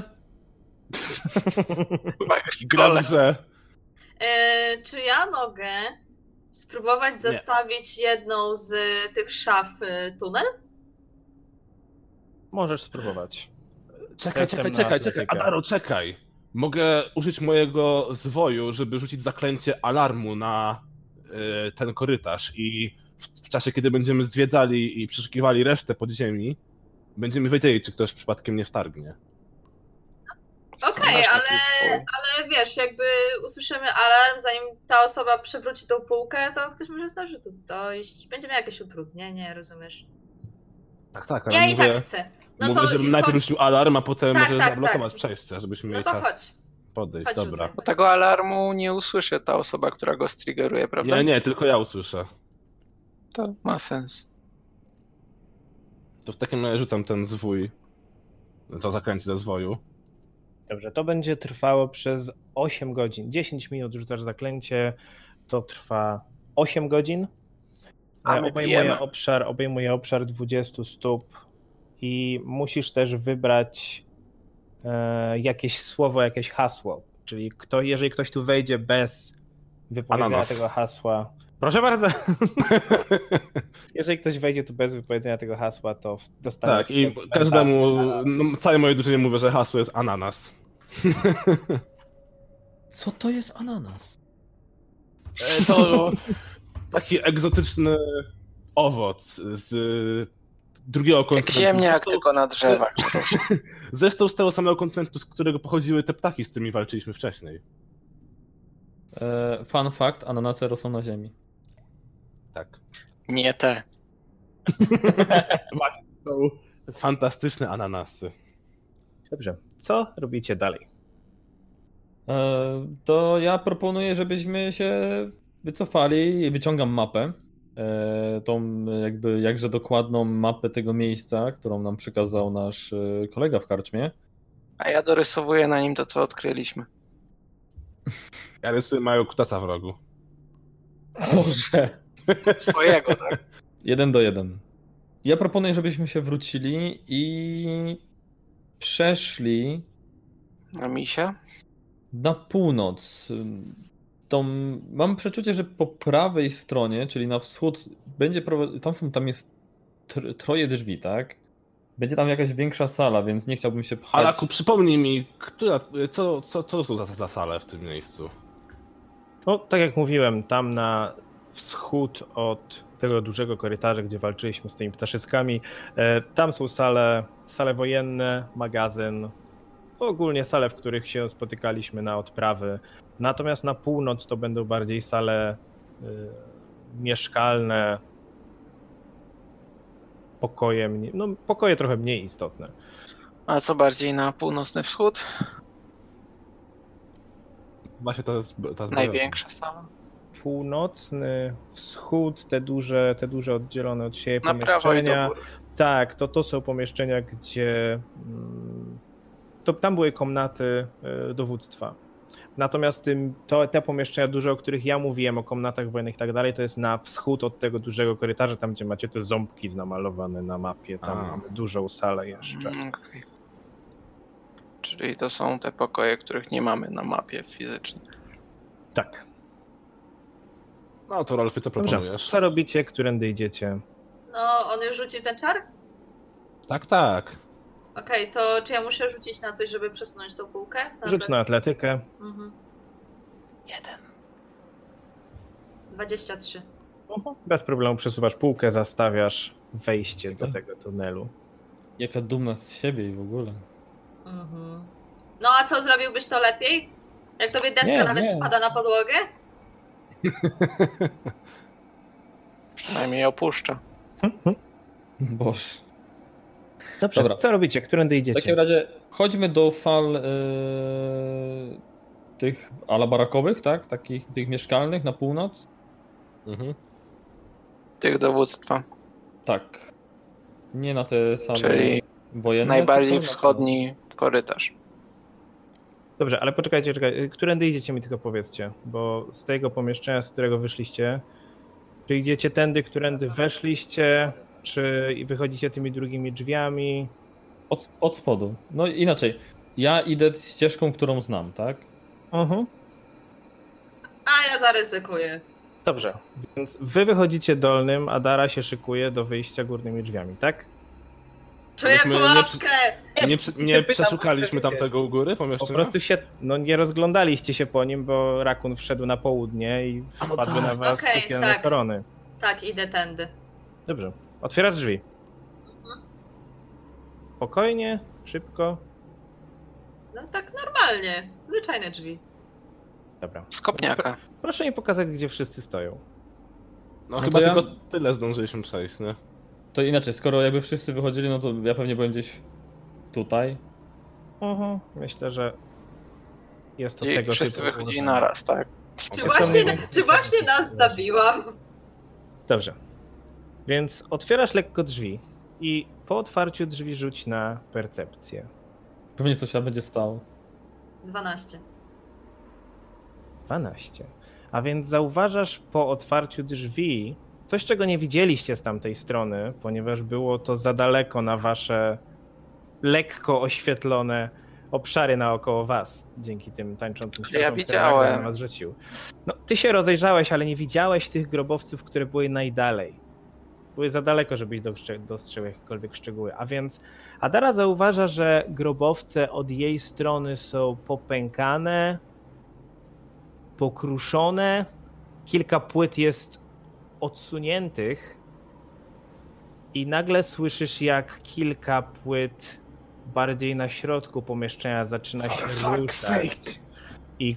Chyba jakiś kole. Dobrze. E, czy ja mogę spróbować zastawić jedną z tych szaf y, tunel? Możesz spróbować. Czekaj, Jestem czekaj, na czekaj, czekaj. atletykę. Adaro, czekaj. Mogę użyć mojego zwoju, żeby rzucić zaklęcie alarmu na y, ten korytarz i w, w czasie, kiedy będziemy zwiedzali i przeszukiwali resztę podziemi, będziemy wiedzieli, czy ktoś przypadkiem nie wtargnie. Okej, Masz taki ale, swój. ale wiesz, jakby usłyszymy alarm, zanim ta osoba przewróci tą półkę, to ktoś może zdąży tu dojść. Będziemy jakieś utrudnienie, rozumiesz? Tak, tak, ale Ja i mówię, tak chcę. No mówię to żebym najpierw chodź. rzucił alarm, a potem Tak, możesz tak, zablokować tak. przejście, żebyśmy No mieli to czas chodź. podejść. Chodź, Dobra. rzucaj. Bo tego alarmu nie usłyszy ta osoba, która go striggeruje, prawda? Nie, nie, tylko ja usłyszę. To ma sens. To w takim razie rzucam ten zwój, to zakręcie ze zwoju. Dobrze, to będzie trwało przez osiem godzin. dziesięć minut rzucasz zaklęcie, to trwa osiem godzin. A E, my obejmuje pijemy. obszar, obejmuje obszar dwadzieścia stóp i musisz też wybrać e, jakieś słowo, jakieś hasło. Czyli kto, jeżeli ktoś tu wejdzie bez wypowiedzenia Ananas. tego hasła. Proszę bardzo. Jeżeli ktoś wejdzie tu bez wypowiedzenia tego hasła, to w- dostanie. Tak, i każdemu, no, całej mojej drużynie mówię, że hasło jest ananas. Co to jest ananas? E, To taki egzotyczny owoc z drugiego Jak kontynentu. ziemniak, Zresztą- tylko na drzewach. Zresztą z tego samego kontynentu, z którego pochodziły te ptaki, z którymi walczyliśmy wcześniej. E, fun fact, ananasy rosną na ziemi. Tak. Nie te. Są fantastyczne ananasy. Dobrze, co robicie dalej? E, to ja proponuję, żebyśmy się wycofali i wyciągam mapę. E, tą jakby jakże dokładną mapę tego miejsca, którą nam przekazał nasz e, kolega w karczmie. A ja dorysowuję na nim to, co odkryliśmy. Ja rysuję małego kutasa w rogu. Boże. Swojego, tak? Jeden do jeden. Ja proponuję, żebyśmy się wrócili i przeszli Na misia. na północ. Tą, mam przeczucie, że po prawej stronie, czyli na wschód, będzie prowa- tam, są- tam jest tr- troje drzwi, tak? Będzie tam jakaś większa sala, więc nie chciałbym się pchać. Alaku, przypomnij mi, która, co, co, co to są za, za sale w tym miejscu? No, tak jak mówiłem, tam na wschód od tego dużego korytarza, gdzie walczyliśmy z tymi ptaszyskami, e, tam są sale, sale wojenne, magazyn, ogólnie sale, w których się spotykaliśmy na odprawy. Natomiast na północ to będą bardziej sale e, mieszkalne, pokoje, mniej, no pokoje trochę mniej istotne. A co bardziej na północny wschód? Właśnie to jest... To jest Największa sala. Północny wschód, te duże, te duże oddzielone od siebie Na prawo i do pomieszczenia. góry. Tak, to, to są pomieszczenia, gdzie mm, to, tam były komnaty y, dowództwa. Natomiast tym, to, te pomieszczenia duże, o których ja mówiłem, o komnatach wojennych i tak dalej, to jest na wschód od tego dużego korytarza, tam gdzie macie te ząbki namalowane na mapie, tam A. mamy dużą salę jeszcze. Mm, okej. Czyli to są te pokoje, których nie mamy na mapie fizycznie. Tak. No to Rolfy, co Dobrze, proponujesz? co robicie, którędy idziecie? No, on już rzucił ten czar? Tak, tak. Okej, to czy ja muszę rzucić na coś, żeby przesunąć tą półkę? Rzuć pe- na atletykę. Mhm. Jeden. dwadzieścia trzy. Bez problemu przesuwasz półkę, zastawiasz wejście do tego tunelu. Jaka dumna z siebie i w ogóle. Mhm. No a co, zrobiłbyś to lepiej? Jak tobie deska Nie, nawet nie. spada na podłogę? Przynajmniej opuszczę. Boże. Dobrze, Dobra. co robicie? Którędy W idziecie? takim razie chodźmy do fal e, tych ala barakowych, tak? Takich tych mieszkalnych na północ. Mhm. Tych dowództwa. Tak. Nie na te same Czyli wojenne. najbardziej tylko na- wschodni korytarz. Dobrze, ale poczekajcie, czekajcie. Którędy idziecie mi tylko powiedzcie, bo z tego pomieszczenia, z którego wyszliście, czy idziecie tędy, którędy weszliście, czy wychodzicie tymi drugimi drzwiami? Od, od spodu. No inaczej. Ja idę ścieżką, którą znam, tak? Mhm. A ja zaryzykuję. Dobrze, więc wy wychodzicie dolnym, a Dara się szykuje do wyjścia górnymi drzwiami, tak? Czuję Myśmy nie pułapkę! Nie, prze- nie przeszukaliśmy tamtego u góry Po pomieszczenia? prostu się, no nie rozglądaliście się po nim, bo Rakun wszedł na południe i A no wpadły tak. na was Okej, piekielne tak. korony. Tak, idę tędy. Dobrze, otwierasz drzwi. Spokojnie, szybko. No tak normalnie. Zwyczajne drzwi. Dobra. Z kopniaka. Proszę mi pokazać, gdzie wszyscy stoją. No, No chyba to ja- tylko tyle zdążyliśmy przejść, nie? To inaczej, skoro jakby wszyscy wychodzili, no to ja pewnie byłem gdzieś tutaj. Mhm. Myślę, że jest to I tego wszyscy typu wychodzili ułożenie. naraz, tak? Czy Jest to właśnie, mniej więcej czy właśnie tego nas typu zabiłam? Dobrze. Więc otwierasz lekko drzwi i po otwarciu drzwi rzuć na percepcję. Pewnie coś się będzie stało. dwanaście. dwanaście. A więc zauważasz po otwarciu drzwi coś, czego nie widzieliście z tamtej strony, ponieważ było to za daleko na wasze lekko oświetlone obszary naokoło was, dzięki tym tańczącym Ja światłom, które widziałem. nagle na was rzucił. No, ty się rozejrzałeś, ale nie widziałeś tych grobowców, które były najdalej. Były za daleko, żebyś dostrze- dostrzegł jakiekolwiek szczegóły. A więc Adara zauważa, że grobowce od jej strony są popękane, pokruszone, kilka płyt jest odsuniętych i nagle słyszysz, jak kilka płyt bardziej na środku pomieszczenia zaczyna się For fuck's ruszać sake. i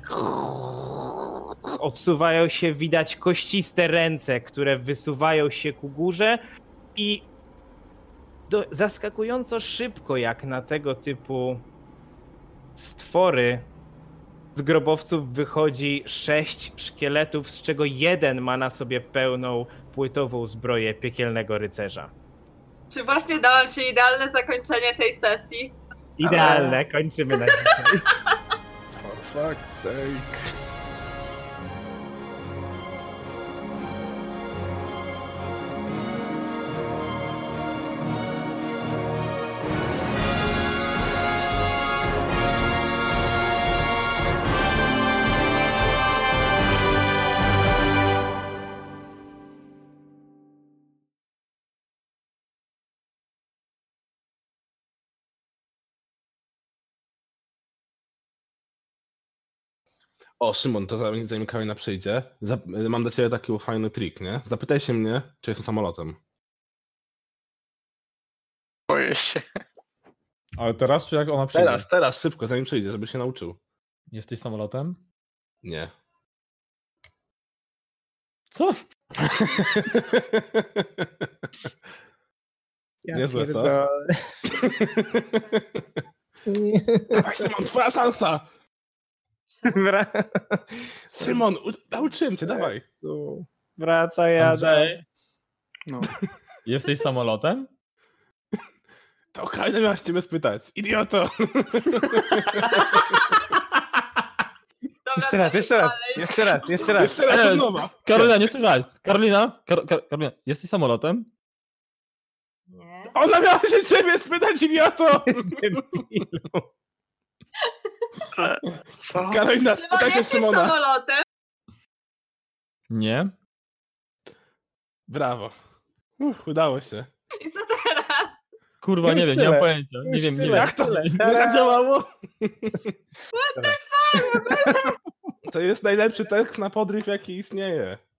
odsuwają się, widać kościste ręce, które wysuwają się ku górze i do, zaskakująco szybko jak na tego typu stwory z grobowców wychodzi sześć szkieletów, z czego jeden ma na sobie pełną płytową zbroję piekielnego rycerza. Czy właśnie dałam ci idealne zakończenie tej sesji? Idealne, kończymy na dzisiaj. For fuck's sake. O, Szymon, to zanim zanim Karolina przyjdzie, zap- mam do ciebie taki fajny trik, nie? Zapytaj się mnie, czy jestem samolotem. Boję się. Ale teraz, czy jak ona przyjdzie? Teraz, teraz, szybko, zanim przyjdzie, żeby się nauczył. Jesteś samolotem? Nie. Co? Ja Niezłe, co? pierdolę. Dawaj, Szymon, twoja szansa! Wra- Szymon, u- nauczyłem cię, dawaj. Wracaj, Adam. Andrzej? No. Jesteś samolotem? To Karolina miała się ciebie spytać. Idioto! Dobra, Jeszcze raz, to jeszcze raz, dalej. jeszcze raz, jeszcze raz. Jeszcze raz Ej, od nowa. Karolina, nie słyszałeś. Karolina, Kar Kar Karolina, jesteś samolotem? Nie. Ona miała się ciebie spytać, idioto! Co? Karolina, Szymon, spytaj się jesteś Szymona. samolotem? Nie. Brawo. Uff, udało się. I co teraz? Kurwa, Już nie wiem, tyle. nie mam pojęcia. Nie Już wiem, nie tyle. wiem. Jak to tyle. nie Tada! zadziałało? To jest najlepszy tekst na podryw, jaki istnieje.